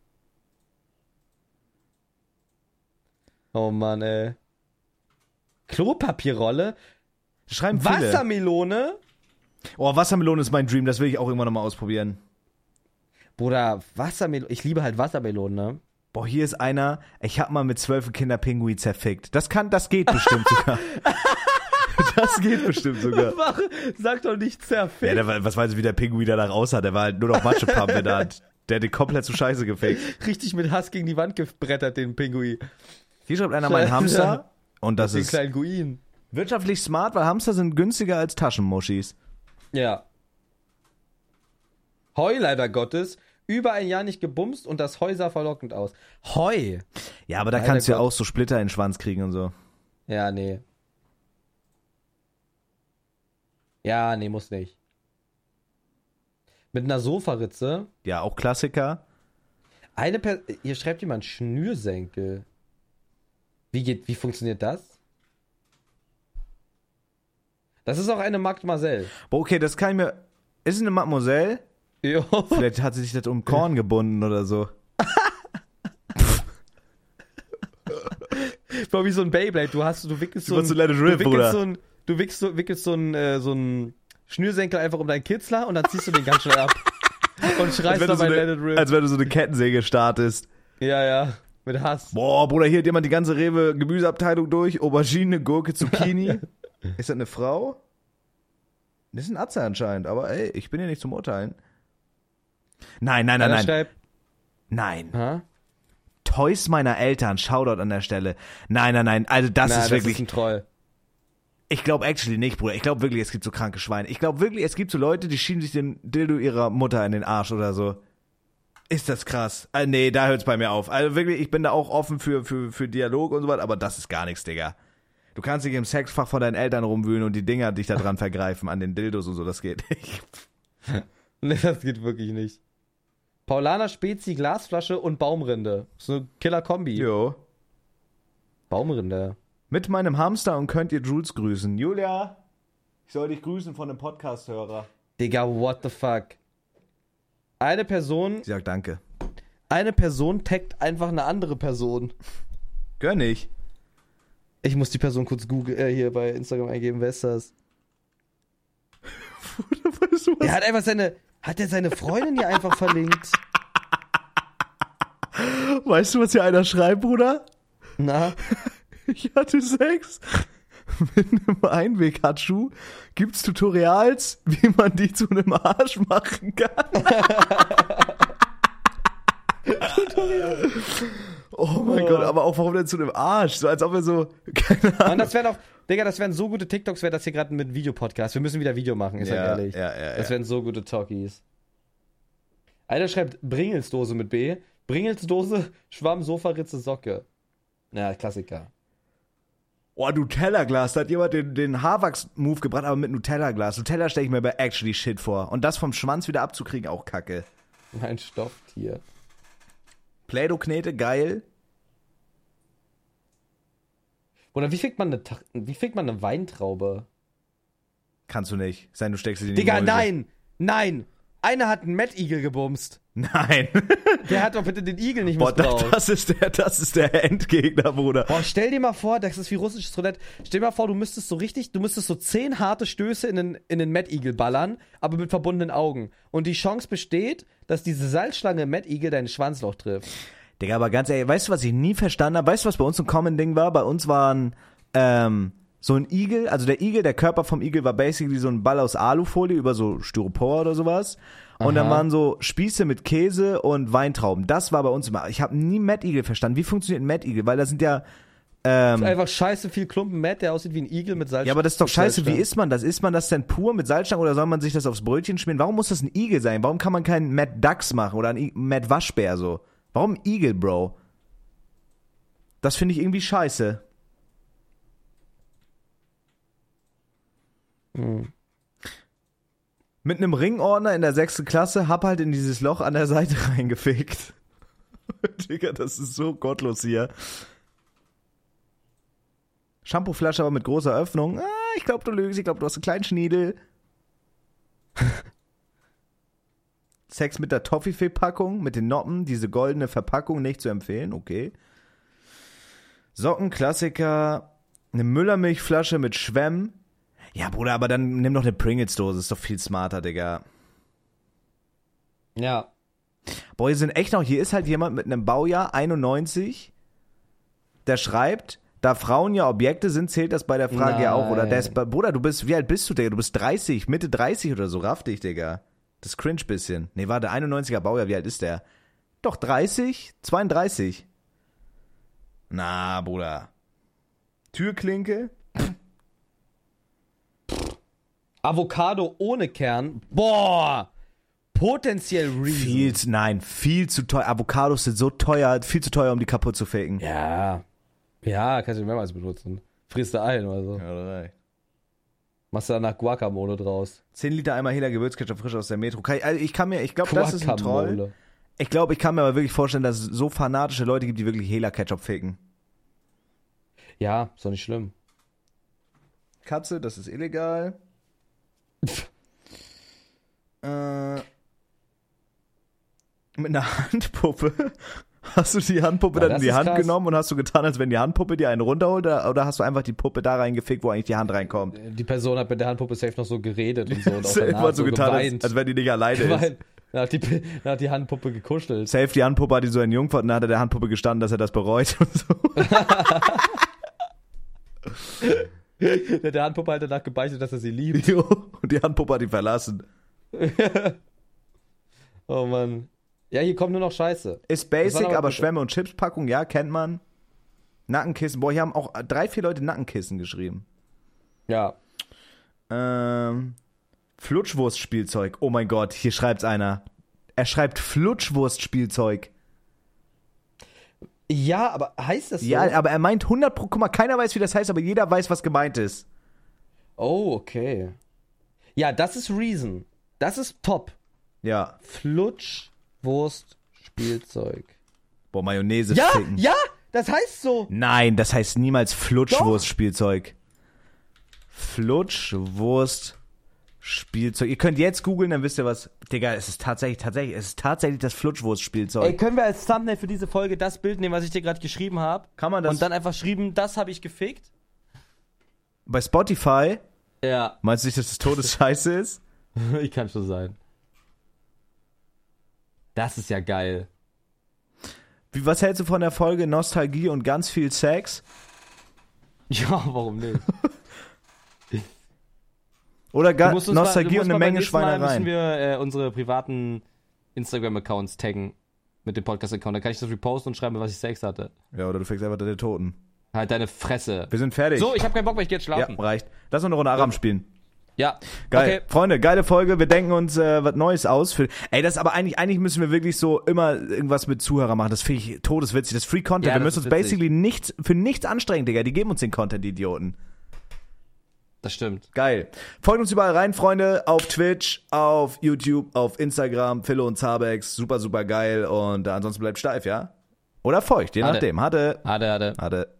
Oh Mann, ey. Klopapierrolle. Das schreiben viele. Wassermelone. Oh, Wassermelone ist mein Dream, das will ich auch irgendwann nochmal ausprobieren. Bruder, Wassermelone. Ich liebe halt Wassermelonen, ne? Boah, hier ist einer, ich hab mal mit 12 Kinder Pinguin zerfickt. Das geht bestimmt sogar. Das geht bestimmt sogar. Sag doch nicht zerfickt. Ja, was weiß ich, wie der Pinguin danach aussah. Der war halt nur noch Matschepampe. Der hat den komplett zu Scheiße gefickt. Richtig mit Hass gegen die Wand gebrettert, den Pinguin. Hier schreibt einer mein Hamster. Und das Den ist kleinen Guin. wirtschaftlich smart, weil Hamster sind günstiger als Taschenmuschis. Ja. Heu, leider Gottes. Über ein Jahr nicht gebumst und das Heu sah verlockend aus. Heu. Ja, aber da Leider kannst du ja Gott. auch so Splitter in den Schwanz kriegen und so. Ja, nee. Ja, nee, muss nicht. Mit einer Sofaritze. Ja, auch Klassiker. Hier schreibt jemand Schnürsenkel. Wie funktioniert das? Das ist auch eine Mademoiselle. Boah, okay, das kann ich mir... Ist es eine Mademoiselle? Jo. Vielleicht hat sie sich das um Korn gebunden oder so. War wie so ein Beyblade. Du wickelst so warst so Let It Rip, Bruder. Du wickelst so ein Schnürsenkel einfach um deinen Kitzler und dann ziehst du den ganz schnell ab. Und schreist dabei Let It Rip. Als wenn du so eine Kettensäge startest. Ja, mit Hass. Boah, Bruder, hier hat jemand die ganze Rewe-Gemüseabteilung durch. Aubergine, Gurke, Zucchini. Ist das eine Frau? Das ist ein Atze anscheinend, aber ey, ich bin hier nicht zum Urteilen. Nein. Nein. Ha? Toys meiner Eltern, Shoutout an der Stelle. Nein, also das ist wirklich... Das ist ein Troll. Ich glaube actually nicht, Bruder. Ich glaube wirklich, es gibt so kranke Schweine. Ich glaube wirklich, es gibt so Leute, die schieben sich den Dildo ihrer Mutter in den Arsch oder so. Ist das krass? Nee, da hört's bei mir auf. Also wirklich, ich bin da auch offen für Dialog und so was, aber das ist gar nichts, Digga. Du kannst dich im Sexfach von deinen Eltern rumwühlen und die Dinger dich da dran vergreifen, an den Dildos und so, das geht nicht. Nee, das geht wirklich nicht. Paulaner Spezi, Glasflasche und Baumrinde. So eine Killer-Kombi. Jo. Baumrinde. Mit meinem Hamster und könnt ihr Jules grüßen. Julia, ich soll dich grüßen von einem Podcast-Hörer. Digga, what the fuck? Eine Person Sie sagt danke. taggt einfach eine andere Person. Gönn ich. Ich muss die Person kurz hier bei Instagram eingeben. Wer ist das? Weißt du was? Der hat einfach seine Freundin hier einfach verlinkt. Weißt du, was hier einer schreibt, Bruder? Na? Ich hatte Sex mit einem Einweg-Handschuh. Gibt's Tutorials, wie man die zu einem Arsch machen kann? Oh mein Gott, aber auch warum denn zu einem Arsch? So als ob er so, keine Ahnung. Und das wären so gute TikToks, wäre das hier gerade mit Videopodcast. Wir müssen wieder Video machen, ist ja ehrlich. Ja. Das wären so gute Talkies. Einer schreibt Bringelsdose mit B. Bringelsdose, Schwamm, Sofa, Ritze, Socke. Ja, Klassiker. Oh, Nutella-Glas, da hat jemand den Haarwachs-Move gebracht, aber mit Nutella-Glas. Nutella stelle ich mir bei actually Shit vor. Und das vom Schwanz wieder abzukriegen, auch kacke. Mein Stofftier. Play-Doh-Knete, geil. Oder wie fickt man eine Weintraube? Kannst du nicht. Sein, du steckst sie in die Digga, Mäuse. nein! Einer hat einen Mad-Igel gebumst. Nein. Der hat doch bitte den Igel nicht Boah, missbraucht. das ist der Endgegner, Bruder. Boah, stell dir mal vor, das ist wie russisches Roulette. Stell dir mal vor, du müsstest so 10 harte Stöße in den Mad-Igel ballern, aber mit verbundenen Augen. Und die Chance besteht, dass diese Salzschlange im Mad-Igel dein Schwanzloch trifft. Digga, aber ganz ehrlich, weißt du, was ich nie verstanden habe? Weißt du, was bei uns ein Common-Ding war? Bei uns waren so ein Igel, also der Körper vom Igel war basically so ein Ball aus Alufolie über so Styropor oder sowas. Und dann waren so Spieße mit Käse und Weintrauben. Das war bei uns immer. Ich habe nie Mad Igel verstanden. Wie funktioniert ein Mad Igel? Weil da sind ja Das ist einfach scheiße viel Klumpen Mad, der aussieht wie ein Igel mit Salzstangen. Ja, aber das ist doch scheiße. Wie isst man das? Isst man das denn pur mit Salzstangen oder soll man sich das aufs Brötchen schmieren? Warum muss das ein Igel sein? Warum kann man keinen Mad Dachs machen oder einen Mad Waschbär so? Warum ein Igel, Bro? Das finde ich irgendwie scheiße. Mit einem Ringordner in der 6. Klasse, hab halt in dieses Loch an der Seite reingefickt. Digga, das ist so gottlos hier. Shampooflasche aber mit großer Öffnung. Ich glaube, du lügst. Ich glaube, du hast einen kleinen Schniedel. Sex mit der Toffifee-Packung, mit den Noppen, diese goldene Verpackung, nicht zu empfehlen, okay. Socken, Klassiker, eine Müllermilchflasche mit Schwemm. Ja, Bruder, aber dann nimm doch eine Pringles-Dose, ist doch viel smarter, Digga. Ja. Boah, hier ist halt jemand mit einem Baujahr 91, der schreibt, da Frauen ja Objekte sind, zählt das bei der Frage ja auch, oder? Bruder, wie alt bist du, Digga? Du bist 30, Mitte 30 oder so, raff dich, Digga. Das ist cringe bisschen. Nee, warte, 91er Baujahr, wie alt ist der? Doch, 30? 32? Na, Bruder. Türklinke? Avocado ohne Kern. Boah! Potenziell Reason. Viel zu teuer. Avocados sind so teuer, viel zu teuer, um die kaputt zu faken. Ja. Ja, kannst du mehrmals benutzen. Frisst du ein oder so. Ja, oder? Machst du danach Guacamole draus. 10 Liter Eimer Hela Gewürzketchup frisch aus der Metro. Ich glaube, das ist ein Troll. Guacamole. Ich glaube, ich kann mir aber wirklich vorstellen, dass es so fanatische Leute gibt, die wirklich Hela Ketchup faken. Ja, ist doch nicht schlimm. Katze, das ist illegal. Mit einer Handpuppe. Hast du die Handpuppe dann in die Hand genommen und hast du getan, als wenn die Handpuppe dir einen runterholt, oder hast du einfach die Puppe da reingefickt, wo eigentlich die Hand reinkommt? Die Person hat mit der Handpuppe safe noch so geredet und so. Und immer so getan, als wenn die nicht alleine ist. Da hat die Handpuppe gekuschelt. Safe, die Handpuppe hat die so in Jungfurt und dann hat er der Handpuppe gestanden, dass er das bereut und so. Der Handpuppe hat danach gebeichtet, dass er sie liebt. Jo, und die Handpuppe hat ihn verlassen. Oh Mann. Ja, hier kommt nur noch Scheiße. Ist basic, aber Schwämme- und Chipspackung, ja, kennt man. Nackenkissen. Boah, hier haben auch 3-4 Leute Nackenkissen geschrieben. Ja. Flutschwurstspielzeug. Oh mein Gott, hier schreibt's einer. Er schreibt Flutschwurstspielzeug. Ja, aber heißt das so? Ja, aber er meint 100 Pro. Guck mal, keiner weiß, wie das heißt, aber jeder weiß, was gemeint ist. Oh, okay. Ja, das ist Reason. Das ist top. Ja. Flutschwurstspielzeug. Boah, Mayonnaise Ja, ficken. ja, das heißt so. Nein, das heißt niemals Flutschwurstspielzeug. Flutschwurstspielzeug. Ihr könnt jetzt googeln, dann wisst ihr was. Digga, es ist tatsächlich das Flutschwurstspielzeug. Ey, können wir als Thumbnail für diese Folge das Bild nehmen, was ich dir gerade geschrieben habe? Kann man das? Und dann einfach schreiben, das habe ich gefickt? Bei Spotify? Ja. Meinst du nicht, dass das Todesscheiße ist? Ich kann schon sein. Das ist ja geil. Was hältst du von der Folge Nostalgie und ganz viel Sex? Ja, warum nicht? Oder Nostalgie und eine Menge Schweinereien. Schweinereien? Müssen wir unsere privaten Instagram-Accounts taggen mit dem Podcast-Account. Dann kann ich das reposten und schreiben, was ich Sex hatte. Ja, oder du fängst einfach den Toten. Halt deine Fresse. Wir sind fertig. So, ich habe keinen Bock mehr, ich geh jetzt schlafen. Ja, reicht. Lass uns eine Runde Aram spielen. Ja. Geil. Okay. Freunde, geile Folge. Wir denken uns was Neues aus. Ey, das ist aber eigentlich müssen wir wirklich so immer irgendwas mit Zuhörer machen. Das finde ich todeswitzig. Das ist Free Content. Ja, wir das müssen uns ist witzig. basically nichts anstrengen, Digga. Die geben uns den Content, die Idioten. Das stimmt. Geil. Folgt uns überall rein, Freunde. Auf Twitch, auf YouTube, auf Instagram. Philo und Zabex. Super, super geil. Und ansonsten bleibt steif, ja? Oder feucht, je nachdem. Hatte. Ade. Hatte.